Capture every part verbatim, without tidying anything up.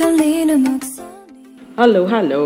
Halo, halo.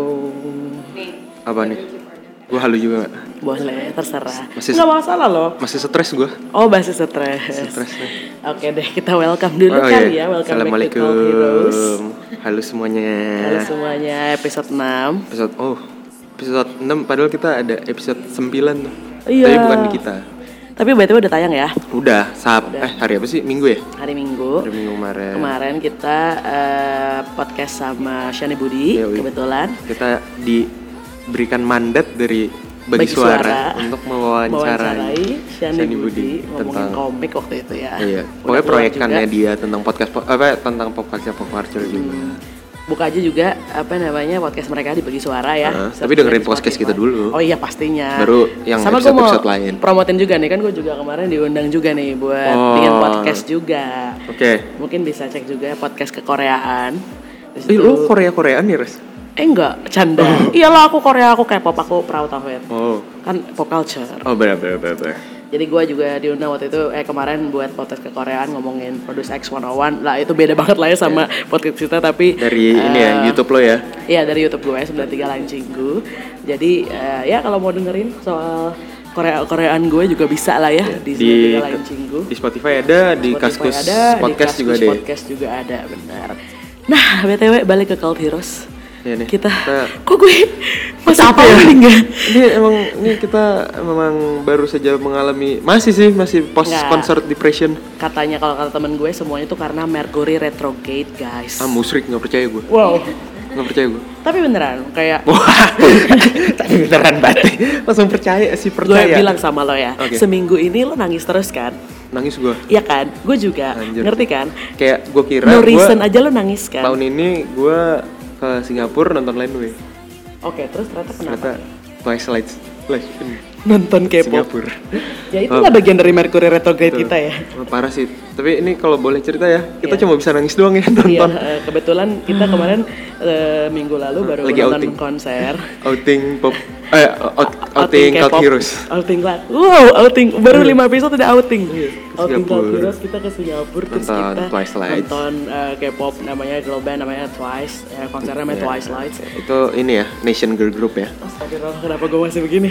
Apa nih? Gue halu juga gak? Boleh, terserah. Masih Nggak masalah loh. Masih stres gue. Oh, masih stres. Stres nih. Oke deh, kita welcome dulu Oh, kali iya. ya. Welcome back to Assalamualaikum. Cult Heroes. Halo semuanya. Halo semuanya, episode enam. Episode oh episode enam, padahal kita ada episode sembilan tuh. Iya. Tapi bukan di kita. Tapi B T W udah tayang ya? Udah, sab Udah. eh hari apa sih? Minggu ya? Hari Minggu. Hari Minggu kemarin. Kemarin kita uh, podcast sama Shani Budi. Yoi. Kebetulan Kita diberikan mandat dari Bagi, Bagi suara, Suara untuk mewawancarai mewawancarai Shani Shani Budi, Budi ngomongin tentang komik waktu itu ya. Iya. Udah Pokoknya keluar proyekannya juga. dia tentang podcast po- apa tentang pop culture pop culture juga. Hmm. Buka aja juga apa namanya podcast mereka di Bagi Suara ya. Uh, Search tapi dengerin di podcast Spotify. kita dulu. Oh iya pastinya. Baru yang sama gue mau episode-episode lain. promotin juga nih, kan gue juga kemarin diundang juga nih buat Oh. bikin podcast juga. Oke. Mungkin bisa cek juga podcast kekoreaan. Di Eh, situ- lu Korea-Koreaan nih, Res? Eh enggak, canda. Iyalah aku Korea, aku K-pop, aku proud of it. Oh. Kan pop culture. Oh, benar benar benar. benar. Jadi gue juga diundang waktu itu eh kemarin buat podcast kekoreaan ngomongin Produce X seratus satu. Lah itu beda banget lah ya sama podcast kita, tapi Dari eh, ini ya, YouTube lo ya. Iya, dari YouTube gue sembilan tiga Lancinggu. Jadi eh, ya kalau mau dengerin soal Korea Koreaan gue juga bisa lah ya di sembilan tiga Lancinggu. Di Spotify ada, di Spotify Kaskus ada, Podcast di juga Kaskus deh. Podcast juga ada, benar. Nah, B T W balik ke Cult Heroes. Iya nih. Kita, Kita- kok gue masih apa ya? ya? Enggak. Ini emang ini kita memang baru saja mengalami masih sih masih post Nggak. concert depression. Katanya kalau kata temen gue semuanya itu karena Mercury retrograde, guys. Ah, musrik nggak percaya gue. Wow. Nggak percaya gue. Tapi beneran kayak Wah, tadi beneran banget. Langsung percaya sih gue percaya. bilang sama lo ya, Oke. seminggu ini lo nangis terus kan? Nangis gue. Iya kan? Gue juga, Anjir. ngerti kan? Kayak gue kira No gue reason aja lo nangis kan? tahun ini gue ke Singapura nonton Landway. Oke, terus ternyata kenapa? Ternyata Twilight Live in Nonton K-pop. Singapura. Ya itu lah bagian dari Mercury retrograde Tuh. kita ya. Wah, parah sih. Tapi ini kalau boleh cerita ya, kita Iya. cuma bisa nangis doang ya Iya, nonton. eh, kebetulan kita kemarin eh, minggu lalu baru Lagi nonton outing. konser. Outing pop, eh out, outing Cult K-pop. Heroes. Outing lah. Wow, outing baru lima episode udah outing. Iya, ke Outing Cult Singapura. Heroes kita ke Singapura terus Nonton kita Twice Lights. nonton eh, K-pop namanya girl band namanya Twice, eh, konsernya namanya Iya. Twice Lights. Itu ini ya, Nation Girl Group ya. Astagfirullah, kenapa gue masih begini?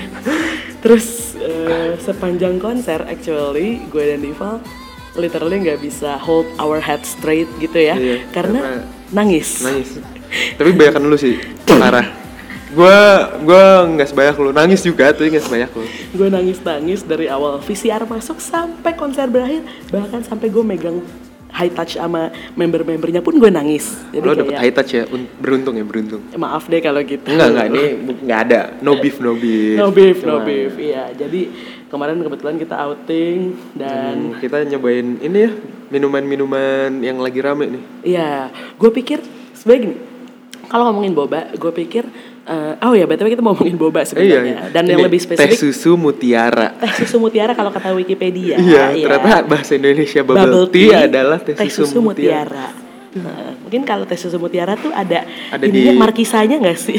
Terus eh, sepanjang konser actually gue dan Dival literally nggak bisa hold our head straight gitu ya, Iya, karena, karena nangis. Nangis. Tapi banyakan lu sih, parah. Gua gua nggak sebanyak lu, nangis juga tapi nggak sebanyak lu. Gue nangis-nangis dari awal V C R masuk sampai konser berakhir, bahkan sampai gue megang high touch sama member-membernya pun gue nangis. Jadi Lo dapet kayak, high touch ya, Un- beruntung ya beruntung. eh, maaf deh kalau gitu. Enggak enggak, ini bu- nggak ada, no beef no beef. No beef, no Cuma, beef. Iya, jadi kemarin kebetulan kita outing dan hmm, kita nyobain ini ya, minuman-minuman yang lagi rame nih. iya, gue pikir sebenarnya gini. Kalau ngomongin boba, gue pikir eh, oh ya, btw kita mau ngomongin boba sebenarnya. Dan yang Ini lebih teh spesifik susu mutiara. teh susu mutiara kalau kata Wikipedia. Iya, ternyata bahasa Indonesia bubble, tea, adalah teh, susu, mutiara. Nah, mungkin kalau teh susu mutiara tuh ada, Ada ininya di- markisanya nggak sih?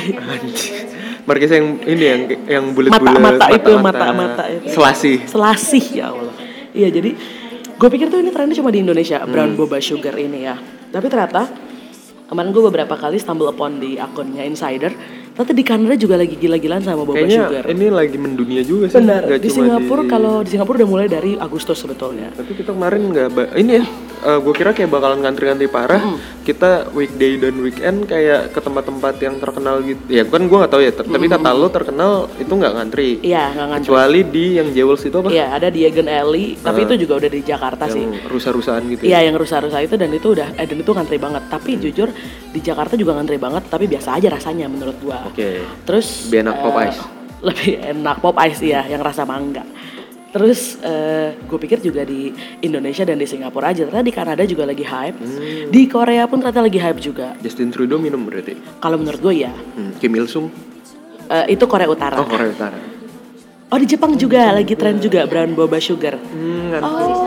Markis yang ini yang yang bulat-bulat Mata-mata itu, mata-mata itu. Selasi. Selasih ya Allah. Iya, jadi gue pikir tuh ini trennya cuma di Indonesia, Hmm. brown boba sugar ini ya. Tapi ternyata kemarin gue beberapa kali stumble upon di akunnya Insider, ternyata di Kanada juga lagi gila-gilaan sama boba Kayaknya sugar. ini lagi mendunia juga sih. Benar, nggak di cuma Singapura di- kalau di Singapura udah mulai dari Agustus sebetulnya. Tapi kita kemarin nggak ba- ini ya. gue kira kayak bakalan ngantri-ngantri parah. Kita weekday dan weekend kayak ke tempat-tempat yang terkenal gitu. Ya kan gue nggak tahu ya. ter- Tapi kata lo terkenal itu nggak ngantri. Iya, nggak ngantri. Kecuali di yang Jewels itu apa? Iya, ada di Egan Alley, tapi Ah. itu juga udah di Jakarta sih. Yang rusa-rusaan gitu. Iya, yang rusa-rusa itu dan itu udah eh, dan itu ngantri banget. Tapi jujur di Jakarta juga ngantri banget, tapi biasa aja rasanya menurut gua. Oke. Terus Lebih enak pop eh, ice. Lebih enak pop ice ya, yang rasa mangga. Terus eh, gue pikir juga di Indonesia dan di Singapura aja, ternyata di Kanada juga lagi hype. Hmm. Di Korea pun ternyata lagi hype juga. Justin Trudeau minum berarti. Kalau menurut gue ya, Hmm. Kim Il Sung. eh, itu Korea Utara. Oh, Korea Utara. Oh, di Jepang juga lagi tren juga brown boba sugar. Hmm, ngantri. Oh.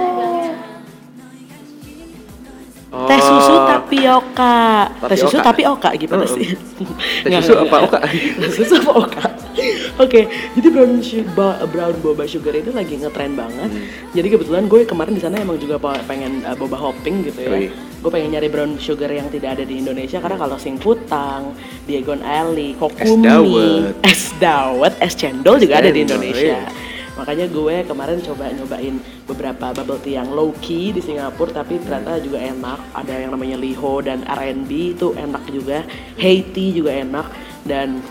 Oh. Teh susu tapioka. Teh susu Tapioka. tapi oka gimana Oh, oh. sih? Teh Nggak, susu nggak, apa nggak. oka? Teh susu apa oka? Oke, jadi brown su- ba- brown boba sugar itu lagi ngetren banget. Hmm. Jadi kebetulan gue kemarin di sana emang juga pa- pengen uh, boba hopping gitu ya. Yoi. gue pengen nyari brown sugar yang tidak ada di Indonesia karena kalau Sing Putang, Diagon Alley, Kokumi, es dawet, es cendol juga es ada di Indonesia. Iya. Makanya gue kemarin coba nyobain beberapa bubble tea yang low key di Singapura tapi ternyata juga enak. Ada yang namanya Liho dan R and B itu enak juga. Haiti juga enak dan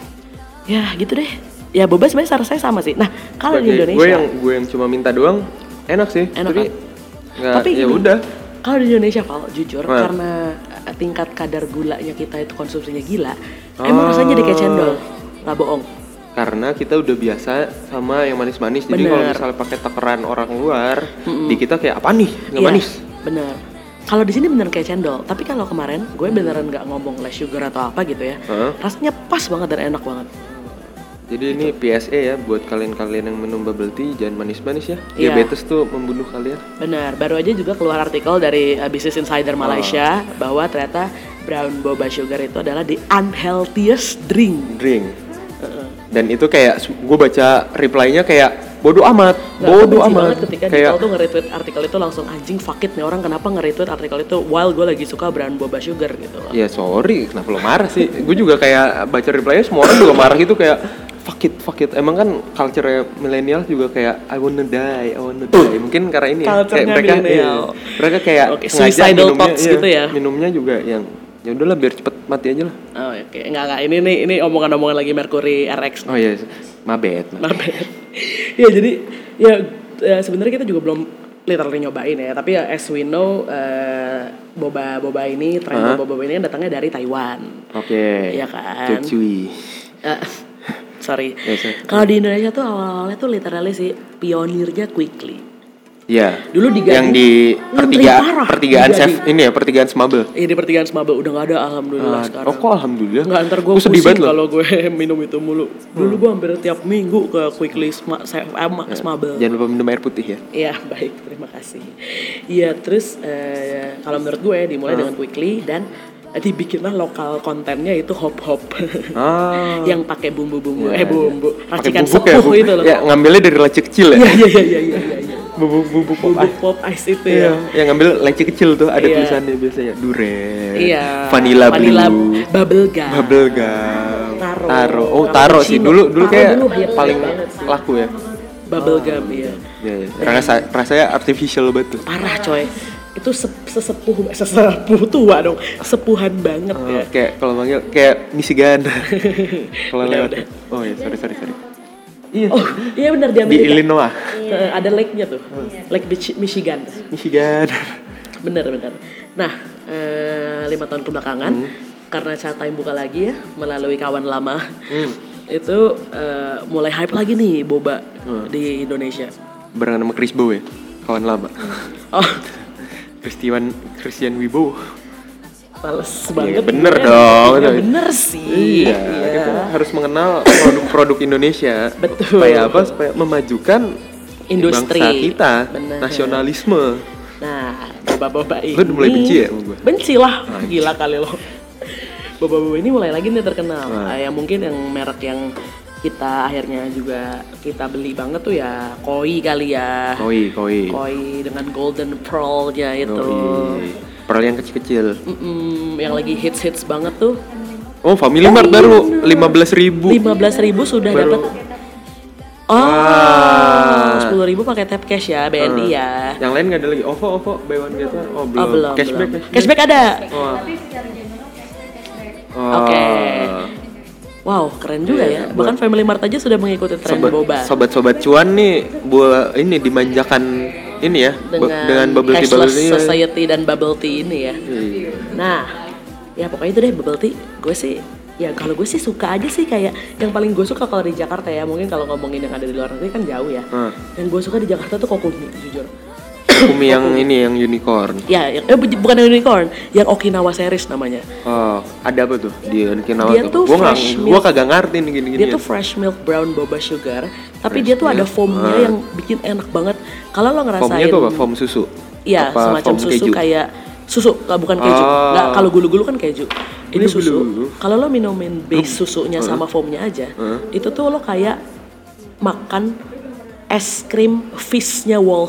ya gitu deh. Ya boba sebenarnya rasanya sama sih. Nah kalau di Indonesia gue yang gue yang cuma minta doang enak sih. Enak tapi kan? Tapi ya udah. Kalau di Indonesia Val, jujur nah. karena tingkat kadar gulanya kita itu konsumsinya gila, oh. emang rasanya jadi kayak cendol. Nggak bohong. Karena kita udah biasa sama yang manis-manis. Bener. Jadi kalau misalnya pakai takaran orang luar, mm-mm. di kita kayak apa nih? Nggak yeah, manis. Bener. Kalau di sini bener kayak cendol. Tapi kalau kemarin gue beneran nggak ngomong less sugar atau apa gitu ya. Uh-huh. Rasanya pas banget dan enak banget. Jadi gitu. Ini P S A ya buat kalian-kalian yang minum bubble tea jangan manis-manis ya. Yeah. Diabetes tuh membunuh kalian. Benar. Baru aja juga keluar artikel dari uh, Business Insider Malaysia oh. bahwa ternyata brown boba sugar itu adalah the unhealthiest drink. Drink. Dan itu kayak gue baca reply-nya kayak bodoh amat, nggak, bodoh amat. Ketika kayak Dipal tuh nge-retweet artikel itu langsung anjing fuck it nih orang kenapa nge-retweet artikel itu while gue lagi suka brown boba sugar gitu. Ya sorry, kenapa lo marah sih? Gue juga kayak baca reply-nya semua orang juga marah gitu kayak fuck it, fuck it. Emang kan culture milenial juga kayak I wanna die, I wanna die. Mungkin karena ini ya, kayak mereka iya, mereka kayak okay, suicidal thoughts gitu ya. Minumnya juga yang ya udahlah biar cepet mati aja lah. Oh oke, okay. enggak enggak ini nih ini omongan-omongan lagi Mercury R X. Oh iya, yes. mabet. Mabet. Ya jadi ya, ya sebenarnya kita juga belum literally nyobain ya, tapi ya as we know uh, boba-boba ini, tren uh-huh. boba-boba ini datangnya dari Taiwan. Oke. Okay. Iya kan. Cuy. Uh, sorry. Yes, kalau di Indonesia tuh awal-awalnya tuh literally sih pionirnya Quickly. Iya. Dulu di yang di pertigaan pertigaan Chef ini ya, pertigaan Smabel. Iya di pertigaan Smabel udah enggak ada alhamdulillah ah, sekarang. Oh kok alhamdulillah? Enggak, ntar gue pusing kalau gue minum itu mulu. Dulu hmm. gue hampir tiap minggu ke Quickly Sma- ya, Smabel. Jangan lupa minum air putih ya. Iya, baik, terima kasih. Iya, terus uh, kalau menurut gue dimulai hmm. dengan Quickly dan dibikinlah lokal kontennya itu hop-hop ah. yang pakai bumbu-bumbu yeah, eh bumbu racikan sepuh itu loh. Ya ngambilnya dari laci kecil ya. Iya iya iya iya iya. Bumbu-bumbu pop, pop ice itu iya. ya. Yang ngambil laci kecil tuh ada iya. tulisannya biasanya durian, iya. vanilla, vanilla blue, bubble gum, bubble gum, taro, taro. Oh taro sih dulu dulu kayak dulu paling laku ya. Bubble oh, gum iya. Iya, iya. Rasa rasanya artificial banget. Parah coy. Itu sesepuh sesepuh tua dong, sepuhan banget oh, ya. Kayak kalau manggil kayak Michigan. Kalau lewat. Oh ya, sorry sorry sorry. Iya. Oh, iya benar di Amerika. Di Illinois. Uh, ada lake-nya tuh. Hmm. Lake Michigan. Michigan. Benar benar. Nah, uh, lima tahun kebelakangan hmm. karena Chatime buka lagi ya melalui kawan lama. Hmm. Itu uh, mulai hype lagi nih boba hmm. di Indonesia. Barengan sama Chris Bow ya, kawan lama. Oh. Christian Christian Wibowo. Males banget. Ya, bener ya, dong. Ya, bener sih. Iya, iya. Kita harus mengenal produk-produk Indonesia. Betul. Supaya apa? Supaya memajukan industri bangsa kita. Bener. Nasionalisme. Nah, boba-boba ini. Lo udah mulai benci ya sama gue? Benci lah. Nah, gila kali lo. Boba-boba ini mulai lagi nih terkenal. Nah. Yang mungkin yang merek yang kita akhirnya juga kita beli banget tuh ya Koi kali ya. Koi, Koi. Koi dengan golden pearl-nya itu. Koi. Pearl yang kecil-kecil. Mm-mm, yang lagi hits-hits banget tuh. Oh, Family oh, Mart baru lima belas ribu. lima belas ribu sudah dapat. Oh, sepuluh ribu pakai tap cash ya, B N I uh, ya. Yang lain nggak ada lagi. OVO, OVO, buy one get one. Oh, belum. Oh, belum cashback, belum. Cashback ada. Oh. Oh. Oke. Okay. Wow, keren juga yeah, ya. Bahkan buat Family Mart aja sudah mengikuti tren sobat, boba. Sobat-sobat cuan nih, buat ini dimanjakan ini ya dengan, dengan bubble tea, bubble tea society ya. Dan bubble tea ini ya. Iya. Nah, ya pokoknya itu deh bubble tea. Gue sih, ya kalau gue sih suka aja sih kayak yang paling gue suka kalau di Jakarta ya. Mungkin kalau ngomongin yang ada di luar negeri kan jauh ya. Hmm. Yang gue suka di Jakarta tuh Kokumi, jujur. Kokumi yang ini yang unicorn. Ya, yang, eh, bukan yang unicorn, yang Okinawa series namanya. Oh, ada apa tuh di Okinawa dia tuh? Gue nggak, gue kagak ngerti nih gini-gini. Dia tuh fresh milk brown boba sugar, tapi fresh dia tuh milk. Ada foamnya ah. yang bikin enak banget. Kalau lo ngerasain. Foamnya tuh apa? Foam susu? Iya, semacam susu keju? Kayak susu, nggak bukan keju. Oh. Nggak, kalau gulu-gulu kan keju. Ini gulu, susu. Kalau lo minumin base susunya uh. sama foamnya aja, uh. itu tuh lo kayak makan es krim fizz-nya Walls.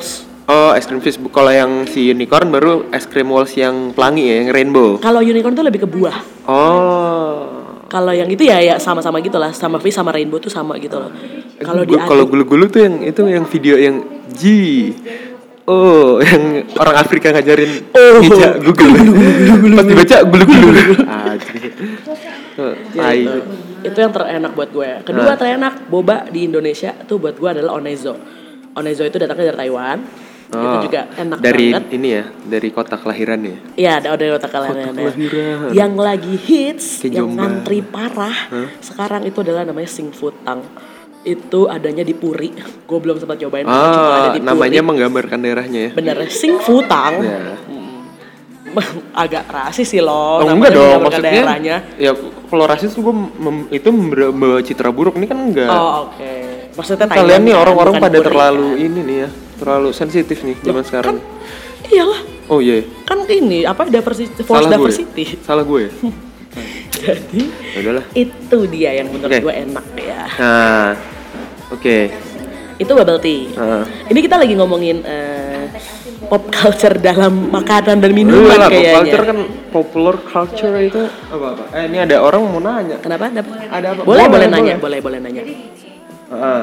Oh, es krim fish. Kalau yang si unicorn baru es krim walls yang pelangi ya, yang rainbow. Kalau unicorn tuh lebih ke buah. Oh. Kalau yang itu ya ya sama-sama gitu lah, sama fish sama rainbow tuh sama gitu loh. Kalau di kalau gulu-gulu tuh yang itu yang video yang G. Oh, yang orang Afrika ngajarin oh. Ngeja Google. Pas dibaca gulu-gulu. Ah, ya, itu. itu yang terenak buat gue. Kedua nah. terenak boba di Indonesia tuh buat gue adalah Onezo. Onezo itu datangnya dari Taiwan. Oh, itu juga enak dari banget. Dari ini ya, dari kota kelahirannya. Iya, dari kota kelahiran. kelahiran. Yang lagi hits, Kejomba. Yang ngantri parah. Huh? Sekarang itu adalah namanya Sing Futang. Itu adanya di Puri. Gue belum sempat cobain. Oh, cuma ada di Puri. Namanya menggambarkan daerahnya ya. Bener, Sing Futang. Yeah. Agak rasis sih loh. Oh, enggak dong, maksudnya daerahnya. Ya kalau rasis tuh gue mem- itu membawa citra buruk. Ini kan enggak. Oh, oke. Okay. Maksudnya kalian nih orang-orang pada Puri, terlalu ya. Ini nih ya, terlalu sensitif nih zaman sekarang. Kan, iyalah. Oh iya. Yeah. Kan ini apa diversity, force Salah diversity. Gue. Salah gue. Ya? Jadi Yaudahlah. Itu dia yang menurut okay. gue enak ya. Nah, oke. Okay. Itu bubble tea. Uh. Ini kita lagi ngomongin uh, pop culture dalam makanan dan minuman lah, kayaknya. Pop culture kan popular culture itu apa-apa. Eh ini ada orang mau nanya. Kenapa? Ada, ada apa? Boleh, boleh, boleh nanya, boleh, boleh nanya. Uh.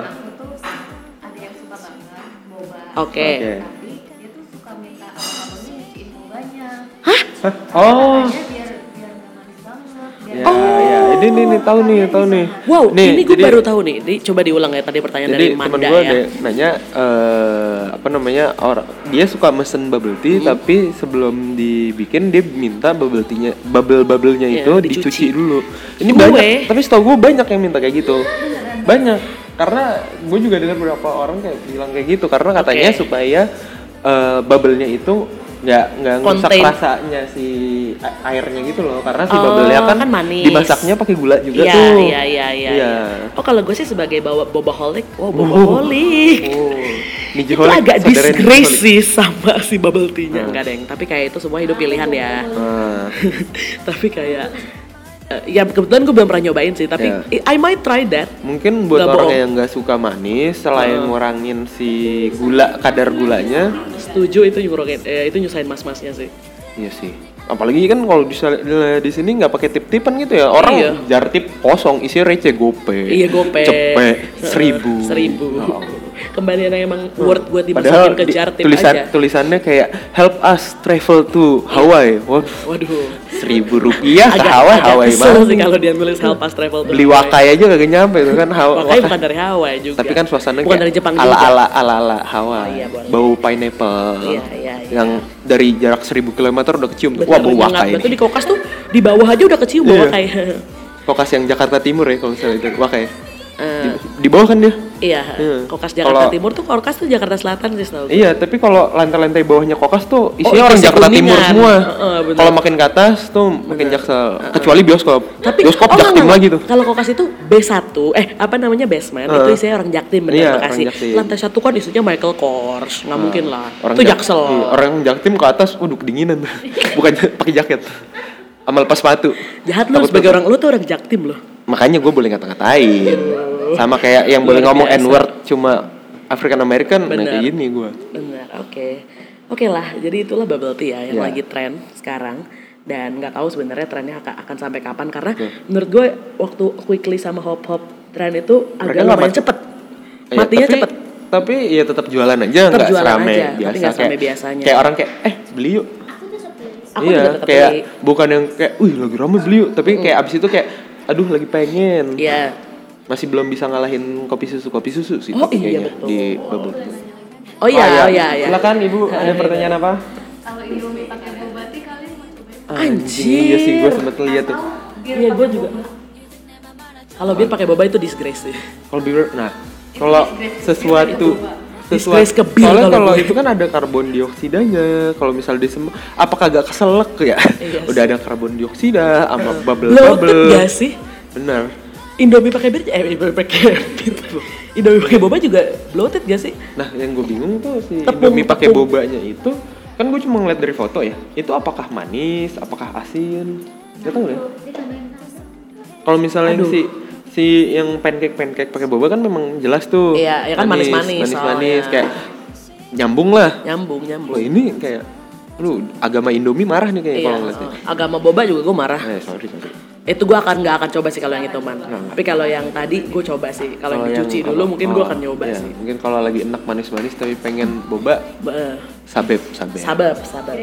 Oke. Okay. Okay. Tapi dia tuh suka minta abang-abangnya ngisiin bobanya. Hah? Hah? Oh. Biar biar nggak manis banget. Biar Ya, oh. ya. Ini nih, nih tahu nih, tahu nih. Wow, nih, ini gue jadi, baru tahu nih. Jadi coba diulang ya tadi pertanyaan jadi, dari Manda temen gue ya. Jadi nanya uh, apa namanya orang dia suka mesen bubble tea hmm. tapi sebelum dibikin dia minta bubble tea-nya bubble bubble-nya ya, itu dicuci. dicuci dulu. Ini gue. banyak, tapi setahu gue banyak yang minta kayak gitu. Banyak. Karena gue juga dengar beberapa orang kayak bilang kayak gitu karena katanya okay. supaya uh, bubble-nya itu nggak nggak ngerusak rasanya si airnya gitu loh karena si oh, bubble-nya kan, kan manis. Dimasaknya pakai gula juga ya, tuh. Iya iya iya. Ya. Oh kalau gue sih sebagai bawa bobaholic, wow bobaholic. Oh, oh. Itu agak disgrace sih sama si bubble tea-nya hmm. enggak deng. Tapi kayak itu semua hidup pilihan ya. Hmm. Tapi kayak Uh, ya kebetulan gue belum pernah nyobain sih, tapi yeah. I might try that. Mungkin buat gak orang bohong. Yang nggak suka manis, selain uh. ngurangin si gula kadar gulanya. Setuju itu nyurangin, eh, itu nyusahin mas-masnya sih. Iya sih. Apalagi kan kalau di, di sini nggak pakai tip-tipan gitu ya, orang iya. jar tip kosong isi receh gope. Iya gope. Cepet seribu. Seribu. Oh. Kembalian yang emang worth buat dimasukin ke jar tip tulisan, aja. Tulisannya kayak help us travel to Hawaii. Waduh. Waduh. Seribu rupiah ke Hawaii, Hawaii banget. Agak kesel sih kalau dia nulis help us travel to Beli wakai aja kagak nyampe itu kan. Wakai bukan dari Hawaii juga. Tapi kan suasananya bukan dari Jepang ala, juga. ala ala ala Hawaii. Oh, iya, bau pineapple. Iya, iya, iya. Yang dari jarak seribu kilometer udah kecium. Betul, wah bau wakai. Betul di Kokas tuh di bawah aja udah kecium bau wakai. Kokas yang Jakarta Timur ya kalau misalnya itu wakai. Uh, di, di bawah kan dia? Iya, hmm. Kokas Jakarta kalo, Timur tuh Kokas tuh Jakarta Selatan sih setahu. Iya, tapi kalau lantai-lantai bawahnya Kokas tuh isinya oh, orang Jakarta kuningan. Timur semua. Uh, uh, kalau makin ke atas tuh bener. Makin Jaksel. Uh, uh. Kecuali bioskop. Tapi bioskop oh, Jaktim lagi tuh. Kalau Kokas itu B satu, eh apa namanya basement, uh. itu isinya orang Jaktim benar iya, Bekasi. Lantai satu kan isinya Michael Kors, nggak uh. mungkin lah. Orang itu Jak- Jaksel. Iya, orang Jaktim ke atas, waduh kedinginan tuh. Bukan pakai jaket. Amal pas sepatu. Jahat lu sebagai orang lu tuh orang Jaktim loh. Makanya gue boleh ngata-ngatain. Sama kayak yang boleh ngomong N-word cuma African American nah kayak gini gue. Bener, oke. Okay. Oke okay lah, jadi itulah bubble tea ya yang yeah. lagi tren sekarang. Dan gak tahu sebenarnya trennya akan, akan sampai kapan. Karena okay. menurut gue waktu Quickly sama Hop Hop tren itu agak lumayan cepet. Ya, Matinya tapi, cepet. Tapi ya tetap jualan aja, tetap gak serame aja, biasa. Tapi gak serame biasanya. Kayak orang kayak, eh beli yuk. Aku iya, kayak beli. Bukan yang kayak, wih lagi rame beli yuk. Tapi mm. kayak abis itu kayak, aduh lagi pengen. Iya. Yeah. Masih belum bisa ngalahin kopi susu kopi susu sih. Oh iya betul. Di bubble tea. Oh iya, oh iya, iya. Silakan Ibu, ada pertanyaan apa? Kalau Indomie pakai boba tea kalian mau cobain? Anjir. Iya sih, gue sempet lihat tuh. Iya gue juga. Kalau bir pakai boba itu disgrace sih. Kalau bir, nah kalau sesuatu disgrace ke bir. Soalnya kalau itu kan ada karbon dioksidanya. Kalau misal disem, apakah gak keselak ya? Iya udah ada karbon dioksida sama bubble bubble. Bloated gak sih? Benar. Indomie pakai bir, eh Indomie pakai bir, Indomie pakai boba juga bloated gak sih? Nah yang gue bingung tuh si tepung, Indomie pakai bobanya itu, kan gue cuma ngeliat dari foto ya. Itu apakah manis, apakah asin? Gak tau ya. Kalau misalnya Aduh. si si yang pancake pancake pakai boba kan memang jelas tuh. Iya, ya kan manis-manis. Manis-manis kayak nyambung lah. Nyambung, nyambung. Loh ini kayak lu agama Indomie marah nih kayak iya, kalau ngeliatnya. Agama boba juga gue marah. Eh sorry sorry. Itu gue akan nggak akan coba sih kalau yang itu man. Nah. Tapi kalau yang tadi gue coba sih. Kalau yang dicuci yang, dulu kalau, mungkin oh, gue akan nyoba iya, sih. Mungkin kalau lagi enak manis-manis tapi pengen boba. Be- sabep, sabep. Sabep, sabep.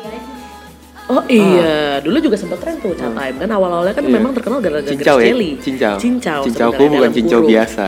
Oh iya, ah. dulu juga sempat tren tuh Chat Time kan awal-awalnya kan iya. memang terkenal gara-gara cincau ya? jelly. Cincau. Cincau. Cincauku bukan cincau biasa.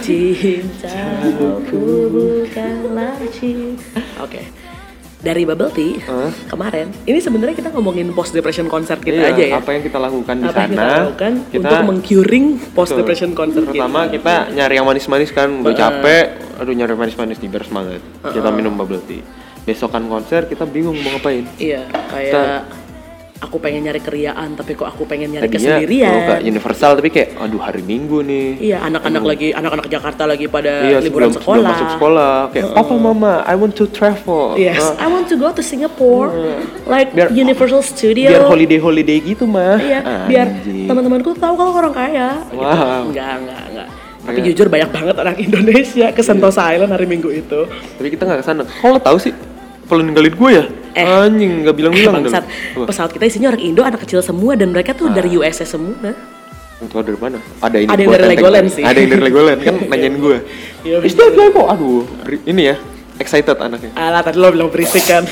Cincauku bukanlah cincau. Oke. Okay. Dari Bubble Tea huh? kemarin, ini sebenarnya kita ngomongin post depression concert kita iya, aja ya. Apa yang kita lakukan di apa sana? Kita lakukan kita, untuk meng-curing post depression concert kita. Pertama kita nyari yang manis-manis kan, udah uh, capek, aduh nyari manis-manis nih biar semangat. Uh, kita minum Bubble Tea. Besokan konser kita bingung mau ngapain. Iya, kayak kita, aku pengen nyari keriaan tapi kok aku pengen nyari tadinya, kesendirian. Oh, kayak Universal tapi kayak aduh hari Minggu nih. Iya, anak-anak aduh. lagi anak-anak Jakarta lagi pada iya, liburan sebelum, sekolah. Sebelum masuk sekolah kayak uh-uh. Papa Mama, I want to travel. Yes, uh. I want to go to Singapore. Uh. Like biar, Universal Studio. Biar holiday-holiday gitu mah. Iya, ah, biar anjing. Teman-temanku tahu kalau orang kaya. Wow. Gitu. Enggak, enggak, enggak. Tapi yeah. jujur banyak banget orang Indonesia ke Sentosa yeah. Island hari Minggu itu. Tapi kita enggak ke sana. Kalau tahu sih kalau ninggalin gue ya? Eh, anjing, gak bilang-bilang. Bangsat, pesawat kita isinya orang Indo, anak kecil semua dan mereka tuh ah. dari U S S semua. Itu dari mana? Ada ini. Ada yang dari Legoland sih. Ada yang dari Legoland kan nanyain gue. Is that guy kok? Aduh, ini ya, excited anaknya. Alah, tadi lo bilang berisik kan.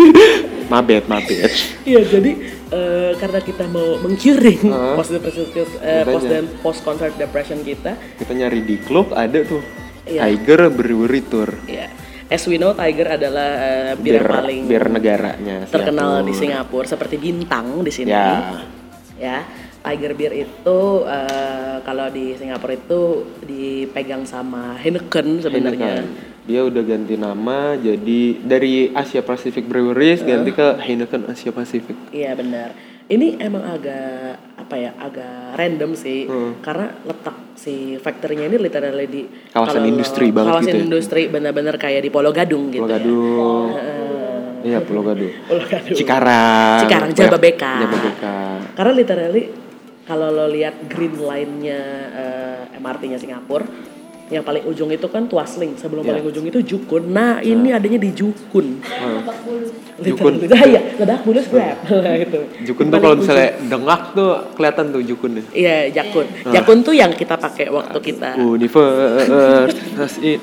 mabet, mabet. Iya, jadi uh, karena kita mau meng-curing uh, post depression, uh, post dan post concert depression kita. Kita nyari di klub ada tuh. Iya. Tiger Brewery Tour. Iya. As we know, Tiger adalah uh, bir yang paling bir negaranya terkenal Singapura. Di Singapura, seperti bintang di sini. Ya. Ya, Tiger Beer itu uh, kalau di Singapura itu dipegang sama Heineken sebenarnya. Heineken. Dia udah ganti nama jadi dari Asia Pacific Breweries uh. ganti ke Heineken Asia Pacific. Iya benar. Ini emang agak apa ya, agak random sih, hmm. karena letak si factory-nya ini literally di kawasan industri banget kawasan gitu. Kawasan industri ya? Benar-benar kayak di Pulau Gadung gitu. Pulau Gadung. Ya. Uh, iya Pulau Gadung. Pulau Gadung. Cikarang. Cikarang Jababeka. Jababeka. Karena literally kalau lo lihat green line-nya uh, M R T-nya Singapura, yang paling ujung itu kan Tuas Link, sebelum yeah. paling ujung itu Jukun. Nah, ini nah. adanya di Jukun. Hmm. Jukun. Ah iya, Lebak Bulus Grab. Gitu. Jukun tuh kalau misalnya dengak tuh kelihatan tuh Jukun. Iya, Jakun. Hmm. Jakun tuh yang kita pakai waktu kita Universitas ini.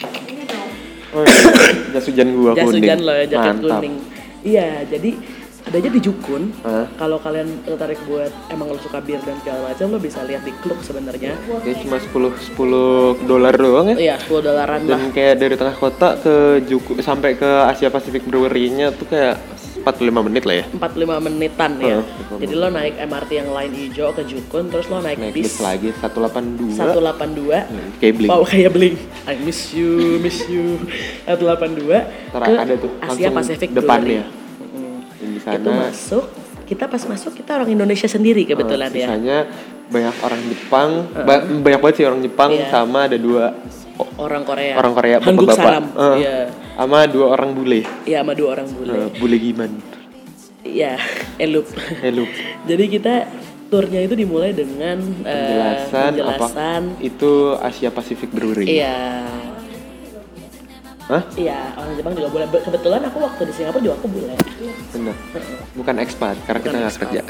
Oh, jas hujan gua kuning. Jas hujan lo ya, jaket kuning. Iya, jadi adanya di Jukun. Huh? Kalau kalian tertarik buat emang lo suka bir dan segala macam, lo bisa lihat di klub sebenarnya. Ya cuma sepuluh dolar doang ya? Iya, sepuluh dolaran lah. Dan kayak dari tengah kota ke Jukun sampai ke Asia Pacific Brewery-nya tuh kayak empat puluh lima menit lah ya. empat puluh lima menitan ya. Uh, Jadi lo naik M R T yang line hijau ke Jukun, terus lo naik, naik bis, bis lagi seratus delapan puluh dua. seratus delapan puluh dua. Hmm, kayak Blink. Wow, kayak Blink. I miss you, miss you. seratus delapan puluh dua Ntar ke ada tuh, Asia Pacific depannya. Di sana. Itu masuk, kita pas masuk kita orang Indonesia sendiri kebetulan uh, ya. Sisanya banyak orang Jepang, uh, ba- banyak banget sih orang Jepang yeah. sama ada dua oh, orang Korea. Orang Korea bapak-bapak. Uh, yeah. Sama dua orang bule. Iya, sama dua orang bule. Uh, bule gimana? Iya, elup. Elup. Jadi kita turnya itu dimulai dengan penjelasan, uh, penjelasan apa itu Asia Pacific Brewery. Iya. Hah? Iya, orang Jepang juga boleh. Kebetulan aku waktu di Singapura juga aku boleh. Benar. Bukan expat, karena Bukan kita nggak kerja.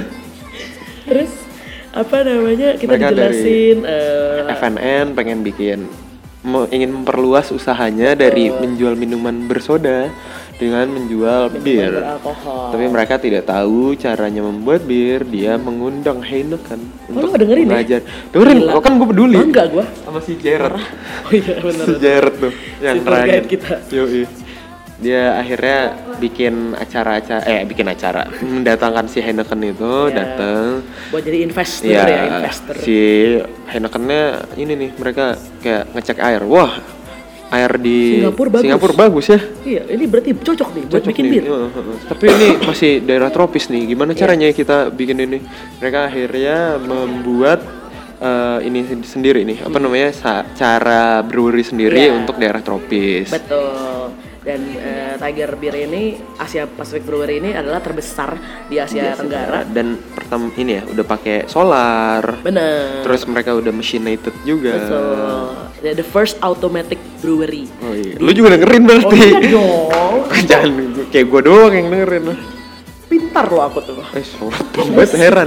Terus apa namanya? Kita Mereka dijelasin dari uh, F N N pengen bikin mau ingin memperluas usahanya dari uh, menjual minuman bersoda dengan menjual minuman bir. Beralkohol. Tapi mereka tidak tahu caranya membuat bir. Dia mengundang Heineken oh, untuk dengerin belajar. Ya? Dengerin, lo kan gue peduli. Bangga gue sama si Jared. Oh iya benar. Si Jared tuh yang si terakhir kita. Yoi. Dia akhirnya bikin acara-acara eh bikin acara mendatangkan si Heineken itu yeah. datang buat jadi investor ya, ya investor. Si Heinekennya ini nih mereka kayak ngecek air. Wah, air di Singapura bagus. Singapura bagus ya. Iya, ini berarti cocok nih buat cocok bikin nih. bir. Uh, uh, uh. Tapi ini masih daerah tropis nih. Gimana caranya yeah. kita bikin ini? Mereka akhirnya membuat uh, ini sendiri nih. Apa namanya? Sa- cara brewery sendiri yeah. untuk daerah tropis. Betul. Dan uh, Tiger Beer ini Asia Pacific Brewery ini adalah terbesar di Asia yes, Tenggara. Dan pertama ini ya udah pakai solar. Bener. Terus mereka udah machinated juga. Betul. The first automatic brewery. Oh iya. Lu juga dengerin berarti. Oh iya dong. Jangan kayak gue doang yang dengerin. Pintar lo aku tuh. Eh, sobat heran.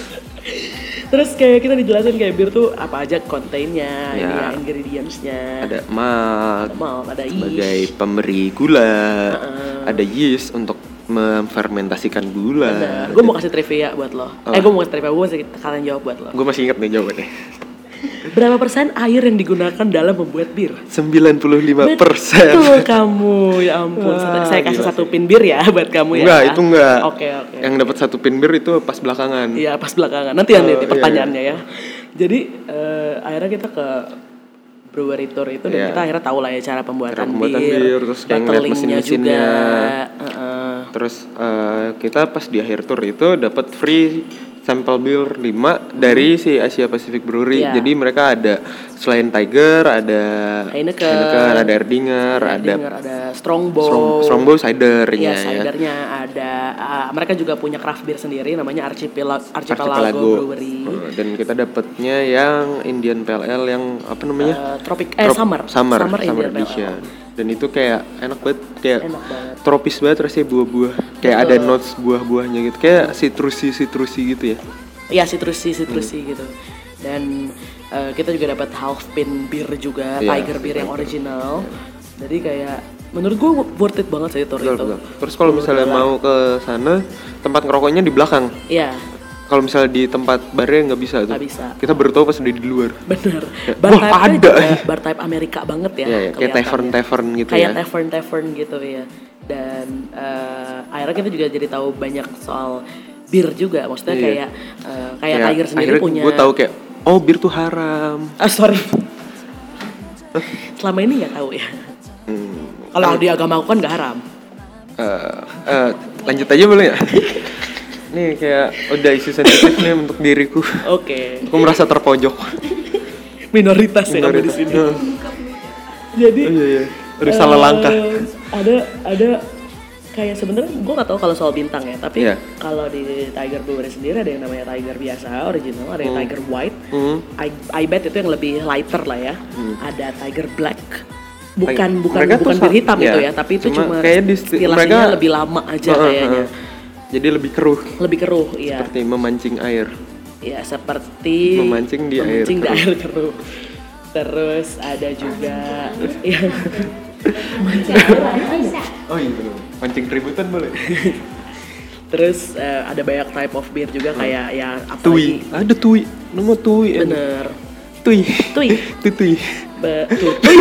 Terus kayak kita dijelasin kayak bir tuh apa aja kontennya, ya. ini ingredients-nya. Ada malt, ada malt, ada yeast. Sebagai pemberi gula. Uh-uh. Ada yeast untuk memfermentasikan gula. Gue mau kasih trivia buat lo. Oh. Eh gue mau kasih trivia, gue mau kasih kalian jawab buat lo. Gue masih ingat nih jawabannya. Berapa persen air yang digunakan dalam membuat bir? sembilan puluh lima persen. Betul kamu, ya ampun. Wah, saya kasih satu pin bir ya buat kamu ya. Enggak, itu enggak. Oke, okay, oke. Okay. Yang dapat satu pin bir itu pas belakangan. Iya, pas belakangan. Nanti yang oh, nanti pertanyaannya iya. ya. Jadi uh, akhirnya kita ke brewery tour itu dan yeah. kita akhirnya tahu lah ya cara pembuatan, cara pembuatan bir, bir, terus kayak ngeliat mesin-mesinnya. Uh-uh. Terus uh, kita pas di akhir tour itu dapat free sampel bir lima dari si Asia Pacific Brewery. Yeah. Jadi mereka ada selain Tiger, ada Heineken, Heineken ada Erdinger, ada, ada Strongbow, Strong, Strongbow cidernya. Iya, cidernya ya. Ada. Uh, mereka juga punya craft beer sendiri namanya Archipelago, Archipelago, Archipelago Brewery. Uh, dan kita dapatnya yang Indian Pale Ale yang apa namanya? Uh, Tropic eh Trop, Summer. Summer, Summer, Summer Indian Edition. Dan itu kayak enak banget, kayak enak banget. tropis banget rasanya buah-buah. Kayak betul. Ada notes buah-buahnya gitu, kayak citrusi-citrusi gitu ya. Iya, citrusi citrusi hmm. gitu. Dan uh, kita juga dapat half pin beer juga, yeah, Tiger beer yang original. Yeah. Jadi kayak menurut gue worth it banget sih tour itu. Betul. Terus kalau misalnya mau ke sana, tempat ngerokoknya di belakang. Iya. Kalau misalnya di tempat barnya nggak bisa tuh. Nggak bisa. Kita baru tahu pas udah di luar. Bener. Ya. Bar wah ada. Juga, bar type Amerika banget ya. Yeah, yeah. Kayak tavern tavern gitu kayak ya. Kayak tavern tavern gitu ya. Dan uh, akhirnya kita juga jadi tahu banyak soal bir juga, maksudnya iya. kayak uh, kayak ya, Tiger sendiri punya. Gue tahu kayak oh bir tuh haram. Ah sorry. Selama ini nggak tahu ya. Hmm. Kalau um, di agama aku kan nggak haram. Uh, uh, lanjut aja boleh ya? Nih kayak udah isu sensitif nih untuk diriku. Oke. Okay. Aku merasa terpojok. Minoritas, Minoritas ya kamu di sini. Uh. Jadi. Oh, iya, iya. Udah uh, salah langkah. Ada ada. Kayak sebenarnya gue nggak tahu kalau soal bintang ya, tapi yeah. kalau di Tiger Brewery sendiri ada yang namanya Tiger biasa original, ada yang mm. Tiger White, mm. I, I bet itu yang lebih lighter lah ya, mm. ada Tiger Black, bukan bukan mereka bukan bir hitam ya, itu ya, tapi itu cuma, cuma istilahnya lebih lama aja uh, kayaknya. Uh, jadi lebih keruh. Lebih keruh, iya. Seperti memancing air. Iya, seperti memancing di memancing air. Di air keruh. Terus ada juga yang oh iya benar. Mancing keributan boleh. Terus uh, ada banyak type of beer juga hmm. kayak ya apa tui. Lagi? Ada tui. Nama tui. Bener. Tui. Tui. Tutui. Be- tutui.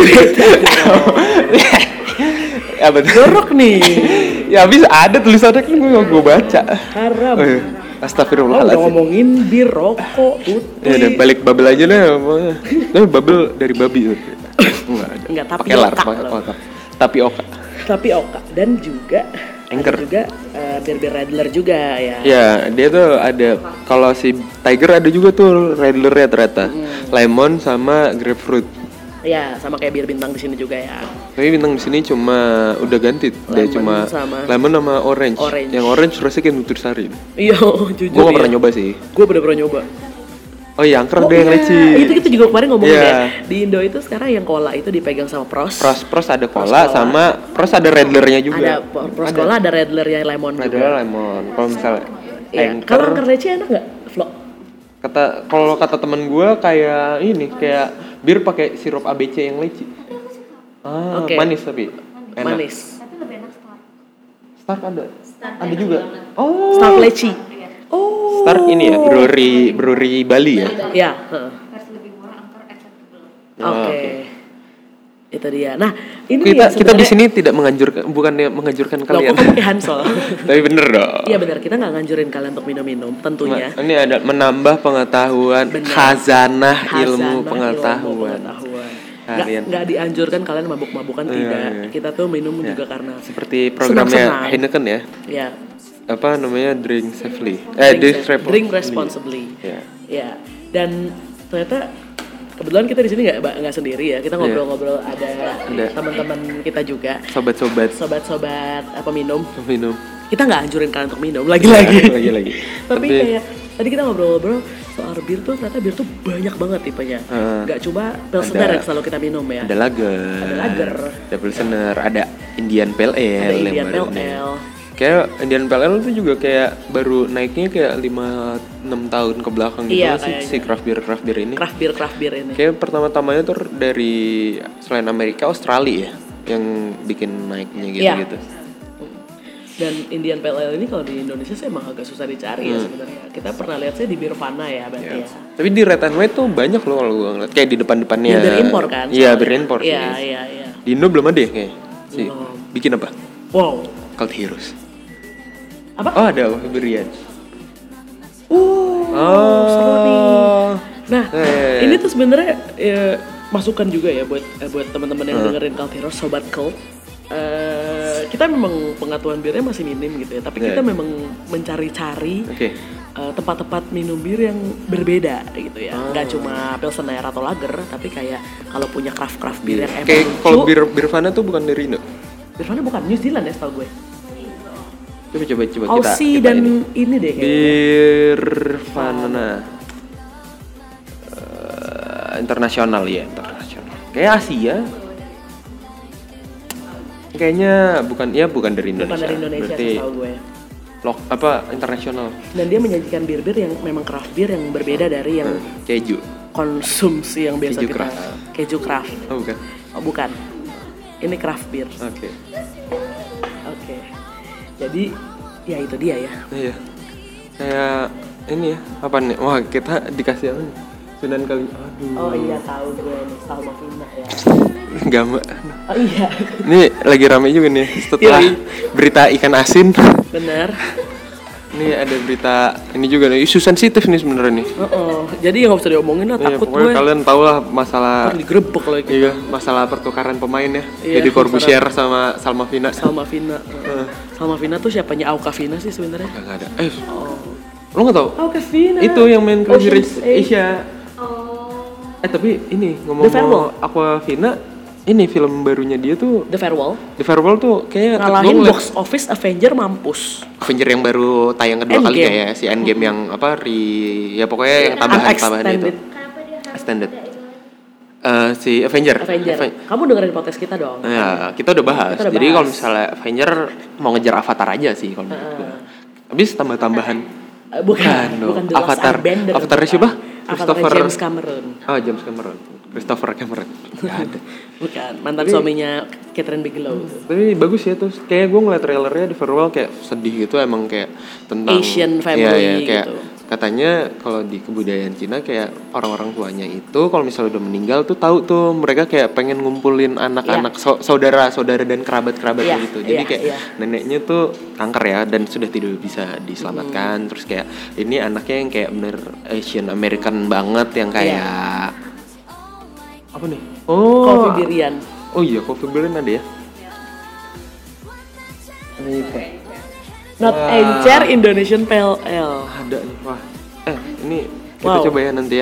Ya betul. Jorok nih. Ya habis ada tulisannya kan gue baca. Haram. Oh, iya. Astagfirullahaladzim. Oh, udah ngomongin bir, rokok, tutui. Ya udah balik bubble aja deh. Tapi bubble dari babi. Enggak ada. Enggak, tapi oka. Tapi oka. Tapi oka dan juga Anchor. Ada juga uh, bir-bir Radler juga ya. Ya, dia tuh ada kalau si Tiger ada juga tuh Radlernya ternyata. Mm. Lemon sama grapefruit. Ya, sama kayak bir bintang di sini juga ya. Tapi bintang di sini cuma udah ganti, dia cuma sama lemon sama orange. orange. Yang orange rasanya kayak nutrisari. Iya, jujur. Gue gak ya. pernah nyoba sih. Gue bener pernah nyoba. Oh iya, angker oh, deh yang iya. leci. Itu kita juga kemarin ngomongin yeah. ya. Di Indo itu sekarang yang cola itu dipegang sama Pros. Pros, Pros ada cola, Pros sama Pros ada Radlernya juga. Ada Pros ada. Cola, ada Radlernya lemon Radler juga. Radler lemon. Kalau misalnya iya. Kalau angker leci enak nggak, Flo? Kata kalau kata temen gue kayak ini kayak bir pakai sirup A B C yang leci. Ah, okay. Manis tapi enak. Manis. Tapi lebih enak Stark. Stark ada. Stark ada juga. Banget. Oh. Stark leci. Oh. Stark ini ya, brewery brewery Bali ya. Iya, versi lebih murah, angker acceptable. Oke. Okay. Okay. Itu dia. Nah, ini kita ya kita di sini tidak menganjurkan, bukannya menganjurkan kalian. Loh, kok pakai Hansol? Tapi bener dong. Iya benar, kita nggak nganjurin kalian untuk minum-minum, tentunya. Ini ada menambah pengetahuan, bener. khazanah ilmu pengetahuan. Ilmu pengetahuan. Nggak, nggak dianjurkan kalian mabuk-mabukan, uh, tidak. Iya, iya. Kita tuh minum ya. juga karena seperti programnya Heineken ya. Iya. Apa namanya drink safely. Eh drink, drink, drink responsibly. Iya. Ya. Dan ternyata kebetulan kita di sini nggak nggak sendiri ya. Kita ngobrol-ngobrol yeah. ada, ada teman-teman kita juga. Sobat-sobat. Sobat-sobat apa minum? Minum. Kita nggak anjurin kalian untuk minum lagi-lagi. Lagi-lagi. Tapi, Tapi kayak tadi kita ngobrol-ngobrol soal bir tuh ternyata bir tuh banyak banget tipenya. Uh, Gak cuma Pilsner yang selalu kita minum ya. Ada lager. Ada lager. Ada Pilsner, ada Indian Pale Ale. Ada Indian yang baru Pale Ale. Kayak Indian Pale Ale tuh juga kayak baru naiknya kayak lima enam tahun ke belakang gitu iya, sih si craft beer craft beer ini. Craft beer craft beer ini. Kayak pertama-tamanya tuh dari selain Amerika, Australia ya yang bikin naiknya gitu-gitu. Iya. Dan Indian Pale Ale ini kalau di Indonesia sih emang agak susah dicari hmm. ya sebenarnya. Kita pernah lihat sih di Birvana ya berarti yeah. ya. Tapi di Red and White tuh banyak loh kalau gue ngeliat kayak di depan-depannya. Ya, bir impor kan? Iya, bir impor. Iya, iya, iya. Di Indo belum ada ya kayak. Si, bikin apa? Wow. Cult Heroes. Apa? Oh, ada Coffee Berian. Uh, oh, seru nih. Nah, eh. ini tuh sebenarnya ya, masukan juga ya buat eh, buat teman-teman yang hmm. dengerin Cult Heroes, sobat Cult. Uh, kita memang pengetahuan birnya masih minim gitu ya, tapi yeah. kita memang mencari-cari okay. uh, tempat-tempat minum bir yang berbeda gitu ya, oh. nggak cuma Pilsner atau lager, tapi kayak kalau punya craft-craft bir yeah. yang emang lucu. Kalau bir Birvana tuh bukan dari Indo? Birvana bukan, New Zealand ya setahu gue. Coba coba coba kita. Aussie dan ini, ini deh kayaknya. Birvana uh, internasional ya, internasional. Kayak Asia. Kayaknya bukan ya bukan dari Indonesia. Bukan dari Indonesia setahu gue. Lok apa internasional. Dan dia menyajikan bir-bir yang memang craft beer yang berbeda dari yang hmm, keju. Konsumsi yang biasa keju kita craft. Keju craft. Oh bukan. Oh bukan. Ini craft beer. Oke. Okay. Oke. Okay. Jadi ya itu dia ya. Iya. Kayak ini ya, apa nih? Wah, kita dikasih apa nih? Sunan kali. Aduh. Oh iya tahu gue nih, Salma Fina ya. Gambar. Oh iya. Ini lagi rame juga nih setelah Yoi. berita ikan asin. Bener. Ini ada berita ini juga nih, isu sensitif nih sebenarnya nih. Uh-uh. Jadi nggak usah diomongin lah, iya, takut gue. Kalian tahu lah masalah. Digerebek lagi. Iya, masalah pertukaran pemain ya. Iya, jadi Corbusier sama Salma Fina. Salma Fina. Uh. Salma Fina tuh siapanya Auka Fina sih sebenarnya? Enggak ada. Eh. Oh. Lo nggak tahu? Auka Fina. Itu yang main Crazy Rich Asia. Oh. Eh tapi ini ngomong-ngomong Aquafina. Ini film barunya dia tuh The Farewell. The Farewell tuh kayak ngalahin box office Avenger mampus. Avenger yang baru tayang kedua Endgame. kali kayak si Endgame hmm. yang apa ri ya pokoknya yeah. yang tambahan-tambahan itu. Extended. Uh, si Avenger. Avenger. Ava- Kamu dengerin podcast kita dong. Ya, kita udah bahas. Kita udah Jadi kalau misalnya Avenger mau ngejar Avatar aja sih kalau menurut uh. gue. Habis tambah-tambahan. Uh, bukan, bukan, bukan Avatar. Avatar siapa? Christopher James Cameron. Oh, James Cameron. Christopher Cameron. Bukan, mantan tapi, suaminya Catherine Bigelow. Tapi bagus ya tuh. Kayak gue ngeliat trailernya di Farewell kayak sedih gitu, emang kayak tentang Asian family ya, ya, kayak, gitu. Katanya kalau di kebudayaan Cina kayak orang-orang tuanya itu kalau misalnya udah meninggal tuh tahu tuh mereka kayak pengen ngumpulin anak-anak yeah. so- saudara-saudara dan kerabat-kerabatnya yeah, gitu. Jadi yeah, kayak yeah. neneknya tuh kanker ya dan sudah tidak bisa diselamatkan. Hmm. Terus kayak ini anaknya yang kayak bener Asian American banget yang kayak yeah. apa nih? Oh, Coffee Berian. Oh iya, Coffee Berian ada ya? Apa? Not Encer Indonesian Pale Ale. Ada nih, wah. Eh, ini kita wow. coba ya nanti ya.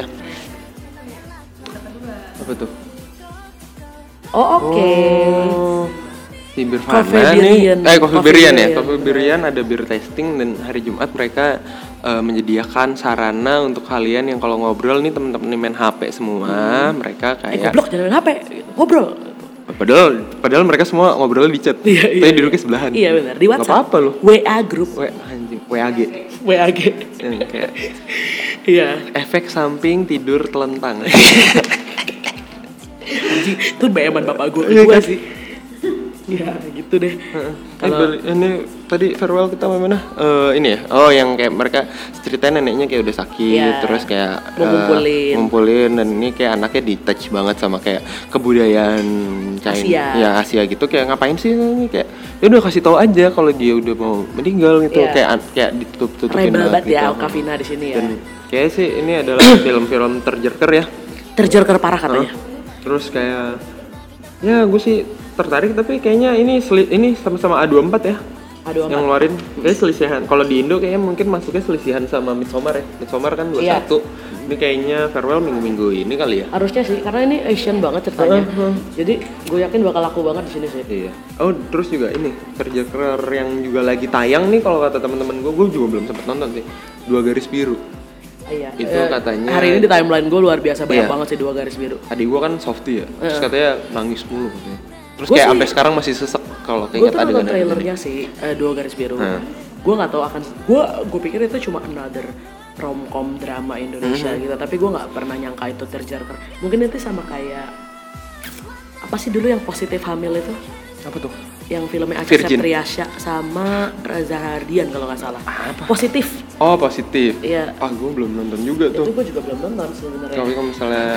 Apa tuh? Oh, oke. Okay. Oh, si Birvana nih. Eh, Coffee Berian ya. Coffee Berian ada beer tasting dan hari Jumat mereka uh, menyediakan sarana untuk kalian yang kalau ngobrol nih teman-teman main H P semua, hmm. mereka kayak Eh, goblok jangan main H P. Ngobrol. Padahal, padahal mereka semua ngobrol di chat. Iya, iya. Tapi duduknya sebelahan. Iya benar. Di WhatsApp. Gak apa-apa loh. W A group. W anjing. W A G. W A G. Yang kayak. Iya. Efek samping tidur telentang. Anjing, itu bayaman bapak gue ke gue sih. Ya gitu deh. Kalau ini, ini tadi Farewell kita mana? Uh, ini ya. Oh yang kayak mereka ceritain neneknya kayak udah sakit, yeah. terus kayak uh, ngumpulin. ngumpulin dan ini kayak anaknya di touch banget sama kayak kebudayaan China, Asia. ya Asia gitu. Kayak ngapain sih ini kayak ya udah kasih tahu aja kalau dia udah mau meninggal gitu, yeah. kayak kayak ditutup-tutupin banget gitu. ya Auka Fina di sini ya. Dan kayak sih ini adalah film-film terjerker ya. Terjerker parah katanya. Uh, terus kayak ya gue sih tertarik tapi kayaknya ini seli, ini sama-sama A dua puluh empat ya. A dua puluh empat yang ngeluarin kayak selisihan. Kalau di Indo kayaknya mungkin masuknya selisihan sama Midsommar ya. Midsommar kan dua puluh satu. Iya. Ini kayaknya Farewell minggu-minggu ini kali ya. Harusnya sih karena ini Asian banget ceritanya. Uh-huh. Jadi gue yakin bakal laku banget di sini sih. Iya. Oh, terus juga ini Terjerker yang juga lagi tayang nih kalau kata teman-teman gue, gue juga belum sempet nonton sih. Dua Garis Biru. Iya. Itu uh, katanya hari ini di timeline gue luar biasa banyak iya. banget sih Dua Garis Biru. Adik gue kan softy ya, terus uh. katanya nangis mulu katanya. Terus gua kayak sih, sampai sekarang masih sesek kalau kayak gue tuh nonton trailernya sih uh, Dua Garis Biru. Uh. Gue nggak tahu akan, gue gue pikir itu cuma another romcom drama Indonesia uh-huh. gitu, tapi gue nggak pernah nyangka itu terjar. Mungkin itu sama kayak apa sih dulu yang Positif Hamil itu? Apa tuh? Yang filmnya Acha Septriasya sama Reza Hardian kalau nggak salah. Apa? Positif. Oh Positif. Iya. Ah gue belum nonton juga tuh. Itu gue juga belum nonton sebenarnya. Tapi kalau misalnya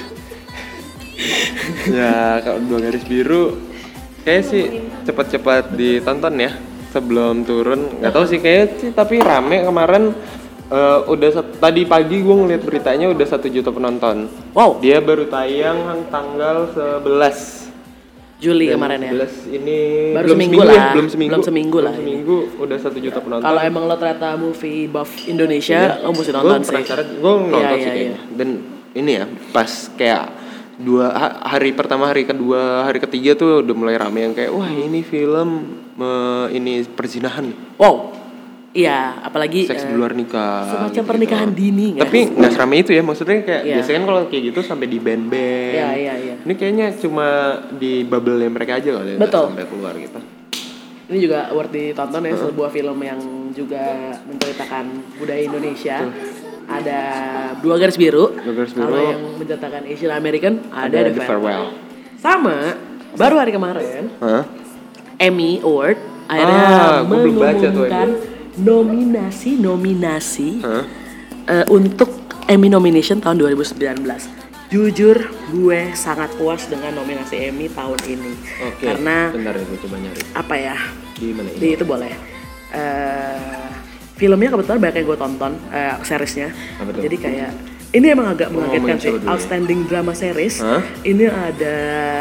ya kalau Dua Garis Biru, kayak sih cepat-cepat ditonton ya sebelum turun. Nggak tahu sih kayak sih tapi rame kemarin. Uh, udah set, tadi pagi gue ngeliat beritanya udah satu juta penonton. Wow. Dia baru tayang tanggal sebelas Juli dan kemarin ya. sebelas ini baru belum seminggu, seminggu lah. Ya, belum seminggu. Belum seminggu belum lah. Seminggu udah satu juta penonton. Kalau emang lo ternyata movie buff Indonesia, ya, lo mesti nonton sih. Gue nonton ya, sih ya, kayaknya. Ya. Dan ini ya pas kayak dua hari pertama, hari kedua, hari ketiga tuh udah mulai rame yang kayak wah ini film uh, ini perzinahan. Wow. Iya, apalagi seks di uh, luar nikah. Semacam gitu, pernikahan gitu. dini. Tapi nggak seramai itu ya, maksudnya kayak yeah. biasanya kan kalau kayak gitu sampai di band-band. Iya, iya, iya. Ini kayaknya cuma di bubble mereka aja kali ya, betul. Sampai keluar gitu. Ini juga worth ditonton ya, uh. sebuah film yang juga menceritakan budaya Indonesia. Uh. Ada Dua Garis Biru. Dua Garis Biru. Kalau yang menceritakan Asian American ada, ada The, The Farewell. Farewell. Sama, baru hari kemarin huh? Emmy Award akhirnya ah, mengumumkan nominasi-nominasi huh? uh, untuk Emmy nomination tahun dua ribu sembilan belas. Jujur gue sangat puas dengan nominasi Emmy tahun ini. Okay. Karena bentar ya gue coba nyari. Apa ya? Di mana ini? Di itu boleh. Uh, filmnya kebetulan banyak yang gue tonton, uh, seriesnya. Jadi kayak ini emang agak mengagetkan sih. Outstanding drama series. Huh? Ini ada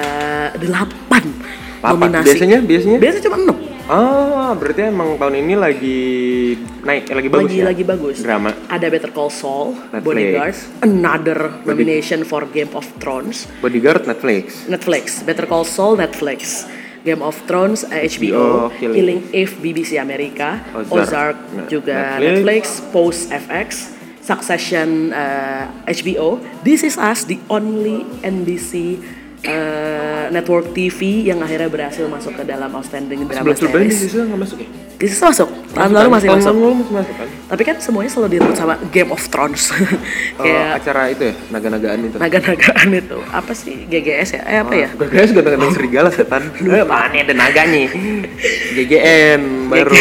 delapan nominasi. Biasanya biasanya? Biasanya cuma enam. Ah, berarti emang tahun ini lagi naik, lagi bagus lagi, ya? Lagi bagus. Drama. Ada Better Call Saul, Netflix. Bodyguard, another nomination for Game of Thrones. Bodyguard Netflix. Netflix, Better Call Saul Netflix, Game of Thrones uh, H B O, Killing. Killing Eve B B C Amerika, Ozark, Ozark nah, juga Netflix, Netflix Pose F X, Succession uh, H B O, This Is Us, the only N B C Uh, network T V yang akhirnya berhasil masuk ke dalam outstanding drama series. Sebelas This Is nggak masuk ya? This Is masuk. Tahun lalu masih masuk. Tahun lalu masih masuk kan? Tapi kan semuanya selalu direbut sama Game of Thrones. Kayak oh, acara itu ya, naga-nagaan itu. Naga-nagaan itu. Apa sih G G S ya? Eh apa oh, ya? G G S gak ada serigala setan. Eh, mana ada naganya? G G N baru.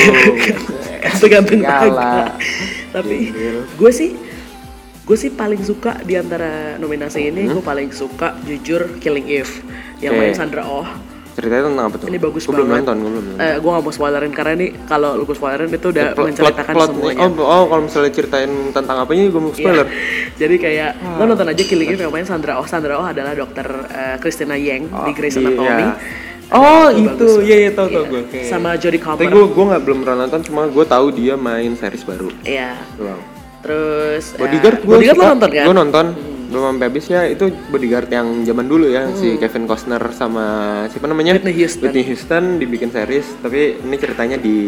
Gantung naga. Tapi gue sih Gue sih paling suka di antara nominasi ini, hmm? gue paling suka jujur Killing Eve yang okay. main Sandra Oh. Ceritanya tentang apa tuh? Ini bagus gua banget. Belum nonton, gue belum nonton. Eh, gue gak mau spoilerin karena ini kalau lu gue spoilerin itu udah plot, menceritakan plot, semuanya. Oh, oh kalau misalnya ceritain tentang apanya gue mau spoiler. Yeah. Jadi kayak ah. lo nonton aja Killing Eve yang main Sandra Oh. Sandra Oh adalah dokter uh, Christina Yang oh, di Grey's Anatomy. Iya. Oh itu, iya iya tahu tahu gue. Okay. Sama Jodie Comer. Tapi gue gue nggak belum pernah nonton, cuma gue tahu dia main series baru. Iya. Wow. Terus Bodyguard, uh, gue Bodyguard suka, nonton kan? Gue nonton, hmm. belum sampai habis ya. Itu Bodyguard yang zaman dulu ya, hmm. si Kevin Costner sama siapa namanya? Whitney Houston. Whitney Houston dibikin series, tapi ini ceritanya di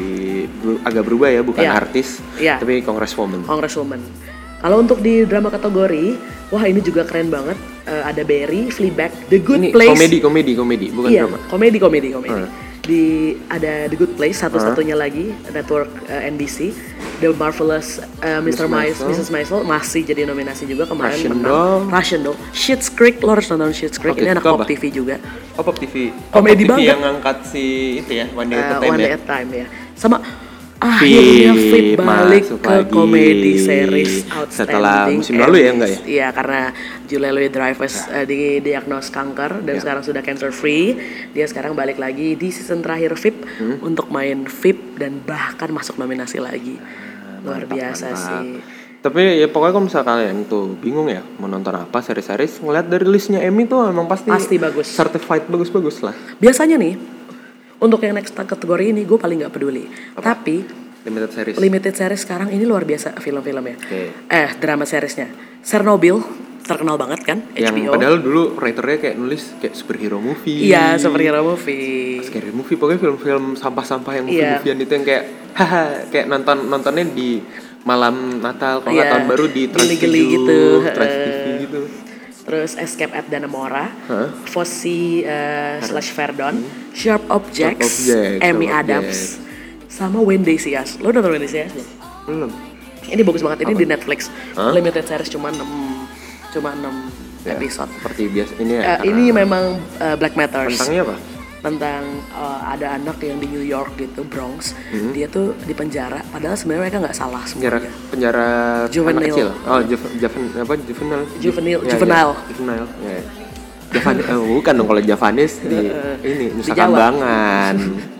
agak berubah ya, bukan yeah. artis, yeah. tapi Congresswoman. Congresswoman. Kalau untuk di drama kategori, wah ini juga keren banget. Uh, ada Barry, Fleabag, The Good ini Place. Komedi, komedi, komedi, bukan iya, drama. Komedi, komedi, komedi. Hmm. Di ada The Good Place, satu-satunya hmm. lagi network uh, N B C. The Marvelous uh, Mister Maisel, Missus Maisel masih jadi nominasi juga kemarin Russian menang. Doll. Russian Doll. Schitt's Creek, lo harus nonton Schitt's Creek. Okay, ini anak Pop T V juga. Oh Pop T V. Oh, komedi Pop T V banget. Yang ngangkat si itu ya, One Day at a uh, Time One ya. Day at a Time ya. Sama akhirnya Flip balik ke komedi series outstanding. Setelah musim lalu ya enggak ya? Iya karena Julia Louis-Dreyfus nah. uh, didiagnos kanker dan ya. sekarang sudah cancer free. Dia sekarang balik lagi di season terakhir V I P hmm? untuk main V I P dan bahkan masuk nominasi lagi. Luar mantap, biasa mantap. sih. Tapi ya pokoknya kalau misalnya kalian tuh bingung ya mau nonton apa series-series, ngeliat dari listnya Emmy tuh memang pasti pasti bagus, certified bagus-bagus lah. Biasanya nih untuk yang next kategori ini gue paling nggak peduli. Apa? Tapi limited series. Limited series sekarang ini luar biasa film-filmnya. Okay. Eh drama seriesnya. Chernobyl terkenal banget kan yang H B O. Padahal dulu writernya kayak nulis kayak superhero movie. Iya superhero movie. Scary movie pokoknya film-film sampah-sampah yang movie-moviean itu yang kayak haha kayak nonton nontonnya di malam Natal kalau nggak Iya, tahun baru di Trans geli-geli tujuh, gitu. Trans Eh. T V gitu. Terus Escape at Dannemora, Hah? Fossi uh, slash Verdon, Sharp Objects, Sharp Objects, Amy Sharp Adams, sama When They See Us. Lo nonton When They See Us belum? Belum. Ini bagus banget, ini Apa? di Netflix. Hah? Limited series cuma enam cuma enam Ya, episode. seperti biasa ini ya. Eh, karena ini memang uh, Black Matters. tentangnya apa? Tentang uh, ada anak yang di New York gitu, Bronx. Hmm. Dia tuh di penjara, padahal sebenarnya mereka nggak salah Penjara semuanya. penjara Juvenile. anak kecil. Oh, juve, juven, apa juvenile? Juvenile, Ya, ya, juvenile. juvenile. Ya. Javanis, eh, bukan dong kalau Javanis di ini Nusa Jawa. Kambangan.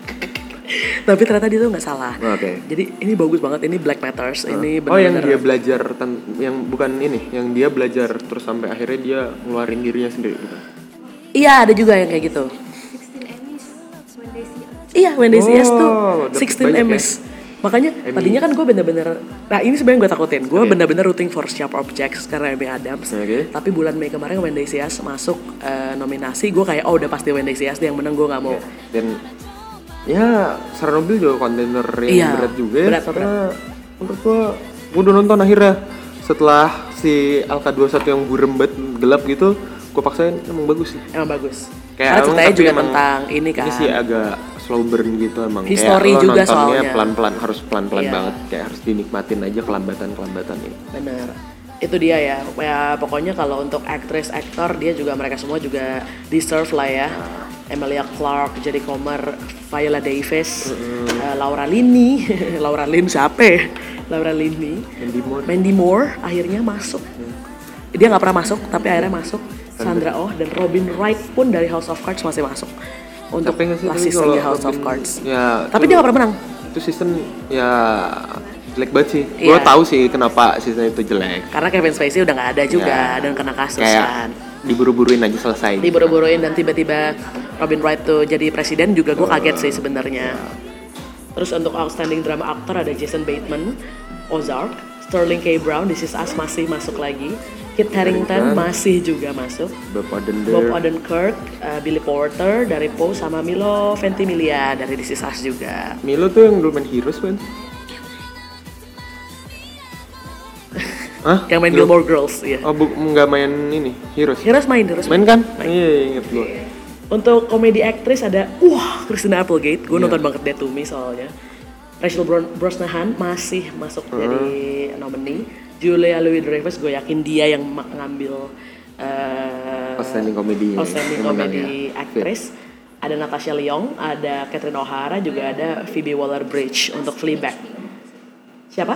Tapi ternyata dia tuh nggak salah. Oke. Jadi ini bagus banget, ini Black Matters. Ini Oh, yang benar-benar dia belajar ten- yang bukan ini, yang dia belajar terus sampai akhirnya dia ngeluarin dirinya sendiri bukan? Iya, ada juga yang kayak gitu. sixteen Emmys when they see us. Iya, When They See Us tuh Oh, dapet sixteen banyak ya? Emmys. Makanya Emmy. tadinya kan gue bener-bener, nah ini sebenarnya gue takutin, gue Oke. bener-bener rooting for Sharp Objects karena Amy Adams. Oke. Tapi bulan Mei kemarin When They See Us masuk eh, nominasi, gue kayak oh udah pasti When They See Us dia yang menang, gue nggak mau. Dan ya Chernobyl juga kontainer yang Iya, berat juga ya. berat, Karena menurut gua gua udah nonton akhirnya setelah si Alka dua puluh satu yang burem banget gelap gitu, gua paksain emang bagus sih. Emang bagus. Kayak Karena emang ceritanya tapi juga emang tentang ini kan. Ini sih agak slow burn gitu emang. History kayak lo juga nontonnya soalnya. pelan-pelan, harus pelan-pelan Iya. banget. Kayak harus dinikmatin aja kelambatan-kelambatan ini. Bener. Itu dia ya. Ya pokoknya kalau untuk aktris, aktor dia juga mereka semua juga deserve lah ya. Emilia Clarke, Jodie Comer, Viola Davis, eh, Laura Linney, Laura Lynn siapa ya? Laura Linney, Mandy Moore. Mandy Moore akhirnya masuk. Dia nggak pernah masuk, tapi akhirnya masuk. Sandra Oh dan Robin Wright pun dari House of Cards masih masuk untuk Capek nggak sih last tapi season kalau di House of Robin- Cards. Ya, Tapi itu- dia nggak pernah menang. Itu season ya jelek banget sih. Iya. Gua tahu sih kenapa season itu jelek. Karena Kevin Spacey udah nggak ada juga Ya. dan kena kasus Kayak kan. diburu-buruin aja selesai. Diburu-buruin dan tiba-tiba Robin Wright tuh jadi presiden juga gue kaget sih sebenarnya. Terus untuk outstanding drama actor ada Jason Bateman, Ozark, Sterling K. Brown, This Is Us masih masuk lagi, Kit Harington Harington. masih juga masuk, Bob Odenkirk. Bob Odenkirk, uh, Billy Porter dari Pose sama Milo Ventimiglia dari This Is Us juga. Milo tuh yang dulu main Heroes kan? Hah? Yang main Milo? Gilmore Girls ya. Oh, bu- nggak main ini, Heroes. Heroes main, Heroes Main kan? Iya, inget gua. Untuk komedi aktris ada, wah, Christina Applegate. Gue Iya. nonton banget Dead to Me soalnya. Rachel Bron- Brosnahan masih masuk jadi nominee. Julia Louis-Dreyfus, gue yakin dia yang ma- ngambil uh, Outstanding comedy. outstanding yang menang comedy ya. actress. Ada Natasha Lyonne, ada Catherine O'Hara, juga ada Phoebe Waller-Bridge untuk Fleabag. Siapa?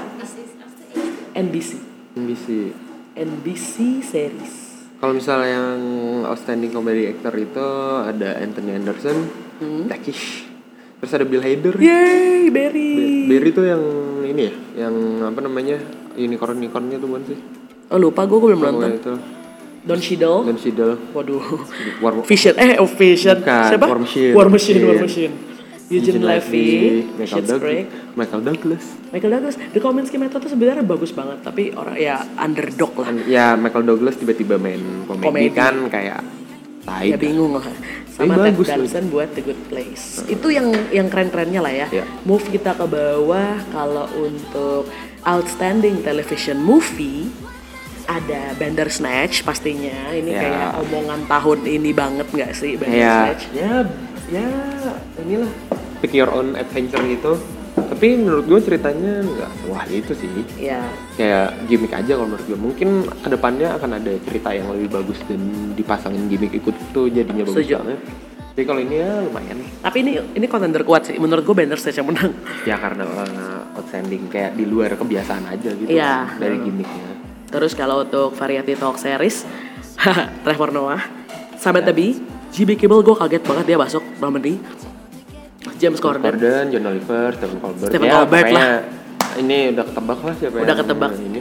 N B C. N B C. N B C series. Kalau misalnya yang outstanding comedy actor itu ada Anthony Anderson, Hmm. Takish. Terus ada Bill Hader. Yeay, Barry. Be- Barry tuh yang ini ya, yang apa namanya? Unicorn-unicornnya tuh bukan sih? Oh lupa, gue belum Pokoknya nonton. itu. Don Cheadle. Dan Cheadle. Waduh. War- Vision, eh oh Vision. Bukan, Siapa? War Machine. War Machine, War Iya. Machine. Eugene Levy, Michael Schitt's Douglas, Creek, Michael Douglas. Michael Douglas. The Kominsky Method tuh sebenarnya bagus banget, tapi orang ya underdog lah. Ya Michael Douglas tiba-tiba main komedi, Komedi. kan kayak tai. Ya dah. bingung lah. Sama Tapi Ted bagus Danson buat The Good Place. Itu yang yang keren-kerennya lah ya. Iya. Move kita ke bawah. Kalau untuk outstanding television movie ada Bandersnatch pastinya. Ini Ya. kayak omongan tahun ini banget nggak sih Ya, Bandersnatch? ya, ya inilah pick your own adventure gitu. Tapi menurut gue ceritanya nggak wah itu sih. Ya. Kayak gimmick aja kalau menurut gue. Mungkin kedepannya akan ada cerita yang lebih bagus dan dipasangin gimmick ikut tuh jadinya bagus Setuju. banget. Tapi kalau ini ya lumayan. Tapi ini ini contender kuat sih. Menurut gue Bandersnatch yang menang. Ya karena uh, outstanding kayak di luar kebiasaan aja gitu. Iya. Dari gimmicknya. Terus kalau untuk variety talk series, Trevor Noah, Samantha Bee, G B Kimmel gue kaget banget dia masuk nominee. James Corden, Corden, John Oliver, Stephen Colbert. Stephen ya, Colbert pokoknya lah. Ini udah ketebak lah siapa Udah yang ketebak. ini.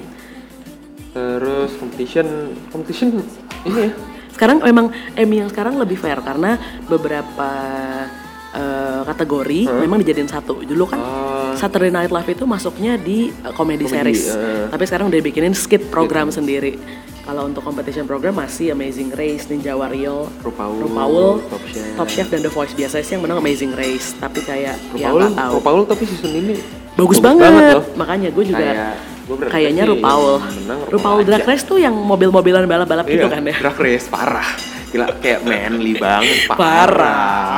Terus competition, competition ini ya. sekarang memang Emmy yang sekarang lebih fair karena beberapa eh, kategori Huh? memang dijadiin satu. Dulu kan Oh. Saturday Night Live itu masuknya di uh, comedy Comedy, series, eh. tapi sekarang udah bikinin skit program sendiri. Kalau untuk competition program masih Amazing Race, Ninja Warrior, RuPaul, RuPaul, Top Chef. Top Chef dan The Voice. Biasanya sih yang menang Amazing Race, tapi kayak ya RuPaul, nggak tahu. RuPaul tapi season ini Bagus, banget. loh. Makanya gue juga Kayak Kayaknya RuPaul. RuPaul Drag Race tuh yang mobil-mobilan balap-balap iya, gitu kan ya. Drag Race parah. Gila kayak manly banget, parah. Parah.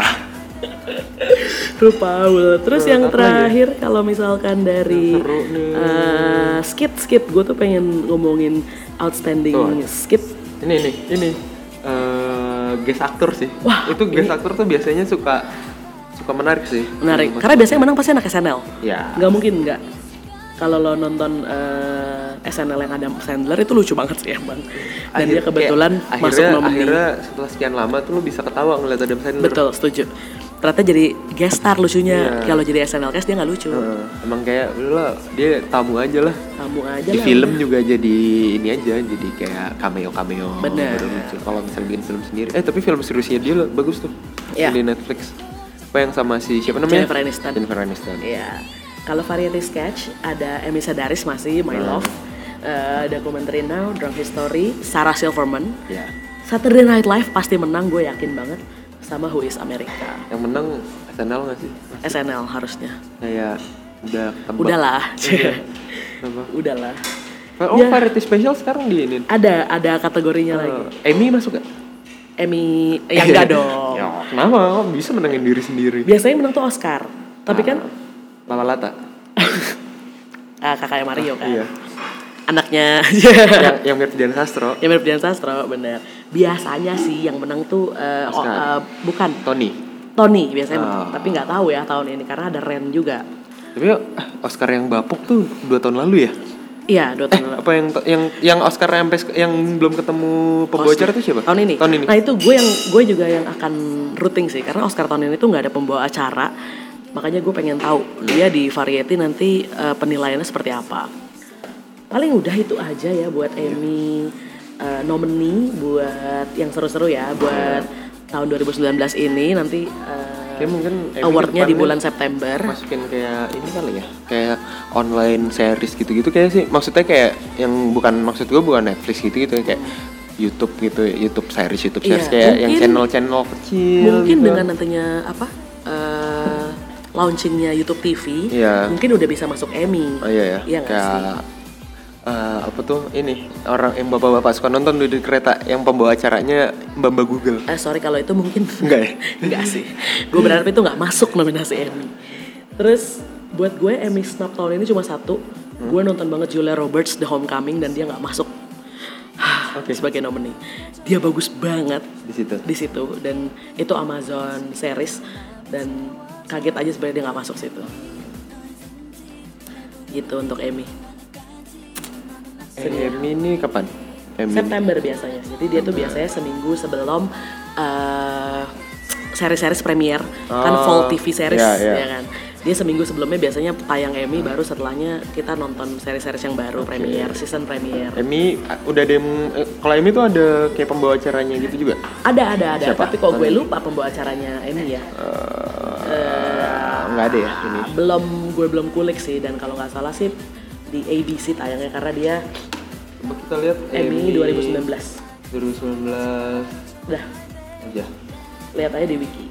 RuPaul. Terus Terus yang terakhir kalau misalkan dari uh, skit skit gue tuh pengen ngomongin outstanding oh. skit. Ini ini ini uh, guest actor sih. Wah, itu guest ini. actor tuh biasanya suka suka menarik sih. Menarik. Karena biasanya menang pasti anak S N L. Ya. Gak mungkin nggak. Kalau lo nonton uh, S N L yang Adam Sandler itu lucu banget sih emang. Dan Akhir, dia kebetulan kayak, masuk akhirnya, nomini. Akhirnya setelah sekian lama tuh lo bisa ketawa ngeliat Adam Sandler. Betul, setuju. Ternyata jadi guest star lucunya. Yeah. Kalau jadi S N L cast dia nggak lucu. Uh, emang kayak udah dia tamu aja lah. Tamu aja di lah. Di film udah. Juga jadi ini aja, jadi kayak cameo-cameo. Bener. Lucu. Kalau misalnya bikin film sendiri. Eh tapi film seriusnya dia bagus tuh. Yeah. Di Netflix. Apa yang sama si siapa namanya? Jennifer Aniston. Jennifer Aniston. Iya. Yeah. Kalau variety sketch ada Amy Sedaris masih My hmm. Love, uh, Documentary Now, Drunk History, Sarah Silverman. Yeah. Saturday Night Live pasti menang, gue yakin banget. Sama Who is America. Yang menang S N L nggak sih? Masih? S N L harusnya. Kayak udah tebak. Udahlah. Iya. Udahlah. Oh ya. Variety special sekarang di ini. Ada ada kategorinya uh, lagi. Emmy masuk gak? Emmy yang enggak dong. Ya, kenapa? Bisa menangin diri sendiri. Biasanya menang tuh Oscar. Tapi ah. kan Lala Lata. ah, kakaknya Mario kan. Iya. Anaknya yang, yang mirip Dian Sastro. Yang mirip Dian Sastro, bener. Biasanya sih yang menang tuh uh, oh, uh, bukan Tony. Tony biasanya oh. menang. Tapi nggak tahu ya tahun ini karena ada Ren juga. Tapi Oscar yang bapuk tuh dua tahun lalu ya? Iya, dua tahun eh, lalu. Apa yang yang yang Oscar yang yang belum ketemu pembawa acara itu siapa? Tahun ini. Tahun ini. Nah itu gue yang gue juga yang akan rooting sih karena Oscar tahun ini tuh nggak ada pembawa acara. Makanya gue pengen tahu dia di Variety nanti uh, penilaiannya seperti apa. Paling udah itu aja ya buat Emmy uh, nominee buat yang seru-seru ya buat tahun dua ribu sembilan belas ini nanti uh, mungkin awardnya di bulan September. Masukin kayak ini kali ya, kayak online series gitu-gitu kayak sih. Maksudnya kayak yang bukan maksud gue bukan Netflix gitu-gitu kayak YouTube gitu, YouTube series, YouTube series iya, kayak mungkin, yang channel-channel kecil. Mungkin gitu. Dengan nantinya apa? Uh, launchingnya YouTube T V, iya. Mungkin udah bisa masuk Emmy. Oh iya ya. Iya kayak uh, apa tuh ini orang yang bapak-bapak suka nonton di kereta yang pembawa acaranya Mbak Google. Eh sorry kalau itu mungkin enggak ya? Enggak sih. Gue berharap itu nggak masuk nominasi Emmy. Terus buat gue Emmy Snap tahun ini cuma satu. Hmm? Gue nonton banget Julia Roberts The Homecoming dan dia nggak masuk. Okay. Sebagai nominee. Dia bagus banget di situ. Di situ dan itu Amazon series dan kaget aja sebenarnya dia nggak masuk situ. Gitu untuk Emmy. Emmy ini kapan? Emmy. September biasanya. Jadi dia tuh biasanya seminggu sebelum uh, seri-series premier oh, kan fall T V series yeah, yeah. ya kan. Dia seminggu sebelumnya biasanya tayang Emmy, baru setelahnya kita nonton seri-series yang baru okay. premier, season premier. Emmy udah ada eh, kalau Emmy tuh ada kayak pembawa acaranya gitu juga? Ada ada ada. Siapa? Tapi kok gue lupa pembawa acaranya Emmy ya. Uh, uh, nggak ada ya ini. Belum gue belum kulik sih dan kalau nggak salah sih di A B C tayangnya karena dia. Coba kita lihat Emmy dua ribu sembilan belas. dua ribu sembilan belas. Dah. Aja. Lihat aja di wiki.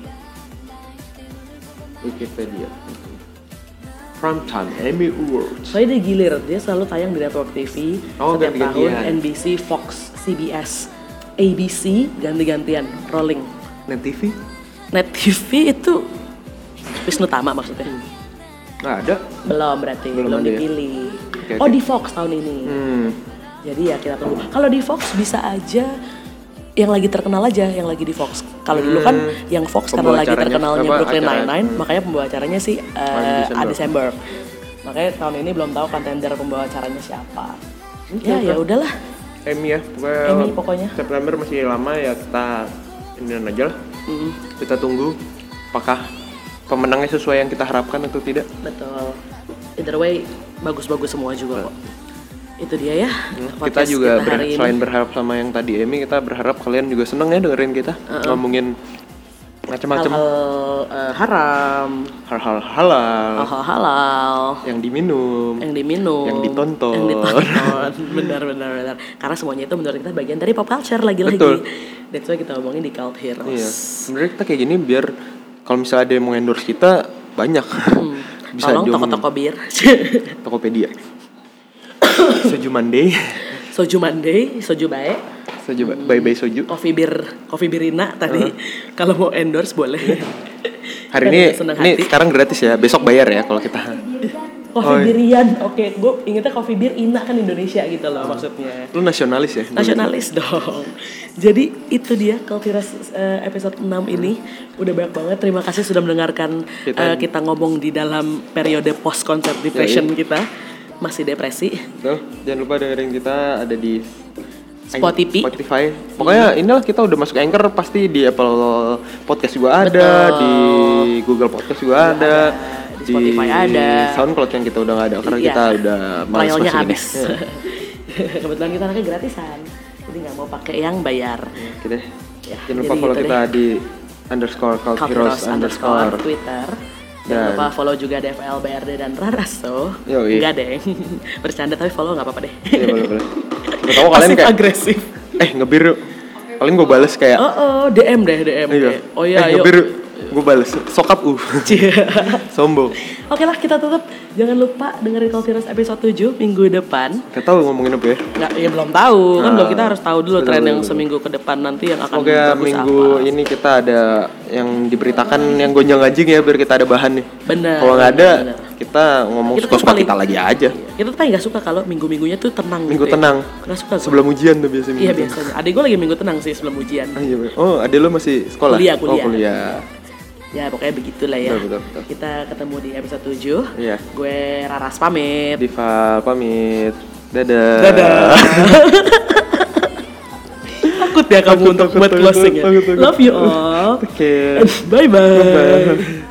Wikipedia. Primetime Emmy Awards. Soalnya dia gilir, dia selalu tayang di network T V oh, setiap tahun, N B C, Fox, C B S, A B C ganti-gantian, rolling. Net T V? Net T V itu Wisnu Tama maksudnya? Nggak ada. Belum berarti, belum, belum dipilih. Ya? Okay, oh okay. Di Fox tahun ini. Hmm. Jadi ya kita tunggu. Kalau di Fox bisa aja yang lagi terkenal aja, yang lagi di Fox. Kalau hmm. dulu kan yang Fox karena lagi terkenalnya Brooklyn Nine-Nine, hmm. makanya pembawa acaranya sih uh, Desember. Desember. Makanya tahun ini belum tahu kontender pembawa acaranya siapa. Okay, ya ya udahlah. Emmy ya, pokoknya, Emmy pokoknya. September masih lama ya, kita inian aja lah. Mm-hmm. Kita tunggu apakah pemenangnya sesuai yang kita harapkan atau tidak. Betul. Either way bagus-bagus semua juga kok. Itu dia ya. Hmm, kita juga kita ber- selain berharap sama yang tadi Emmy, kita berharap kalian juga seneng ya dengerin kita uh-uh. ngomongin macam-macam hal-hal uh, haram, hal-hal halal, hal-hal halal, yang diminum, yang diminum, yang ditonton, yang ditonton. benar, benar, benar. Karena semuanya itu menurut kita bagian dari pop culture lagi-lagi. That's why kita ngomongin di Cult Heroes. Iya. Sebenarnya kita kayak gini biar kalau misalnya ada yang mau endorse kita banyak. Hmm. Bisa tolong toko-toko bir. Tokopedia. Soju Monday. Soju Monday, soju bae. Soju ba- bye bye soju. Coffee beer, coffee birina tadi. Uh. Kalau mau endorse boleh. Hari ini ini sekarang gratis ya, besok bayar ya kalau kita. Coffee oh, Birian, oke, okay. Gue ingetnya Coffee Bir Ina kan Indonesia gitu loh maksudnya. Lu nasionalis ya? Nasionalis dong. Jadi itu dia Cultiras uh, episode enam ini udah banyak banget. Terima kasih sudah mendengarkan kita, uh, kita ngomong di dalam periode post concert depression ya, iya. kita masih depresi. Tuh, jangan lupa dengerin kita ada di Spotify. Spotify. Pokoknya hmm. inilah kita udah masuk Anchor, pasti di Apple Podcast juga ada, betul. Di Google Podcast juga ya, ada. Di Spotify ada, SoundCloud yang kita udah nggak ada karena iya. kita udah malas trialnya habis. Ya. Kebetulan kita anaknya gratisan, jadi nggak mau pakai yang bayar. Ya, gitu. Ya, jangan lupa follow gitu kita deh. Di underscore Cultiros underscore Twitter. Jangan lupa follow juga D F L, B R D dan Rarasto. Yoi. Enggak deh, bercanda tapi follow nggak apa-apa deh. Iya boleh boleh. Tahu kalian kayak agresif. Eh ngebir yuk. Kalian gue bales kayak. Oh, oh D M deh D M. Iya. Oh iya. Eh, ngebir gue bales sokap uh sombong. Oke lah kita tutup, jangan lupa dengerin Cultiras episode tujuh minggu depan. Gak tahu ngomongin apa ya? Nggak, ya belum tahu nah, kan belum, kita harus tahu dulu tren yang seminggu ke depan nanti yang akan oke minggu apa. Ini kita ada yang diberitakan yang gonjang-ganjing ya biar kita ada bahan nih. Benar. Kalau nggak ada bener. Kita ngomong suka-suka kita lagi aja. Kita tuh paling nggak suka kalau minggu-minggunya tuh tenang. Minggu gitu tenang. Ya. Nggak suka. Sebelum ujian tuh biasanya. Iya biasanya. Adek gue lagi minggu tenang sih sebelum ujian. Ah, iya, oh adek lo masih sekolah? Kuliah kuliah. Oh kuliah. Ya pokoknya begitulah ya. Betul, betul, betul. Kita ketemu di episode tujuh. Iya. Gue Raras pamit. Diva pamit. Dadah. Dadah. Takut ya kamu takut, untuk takut, buat takut, closing takut, ya. Takut, takut. Love you all. Oke. Okay. Bye bye.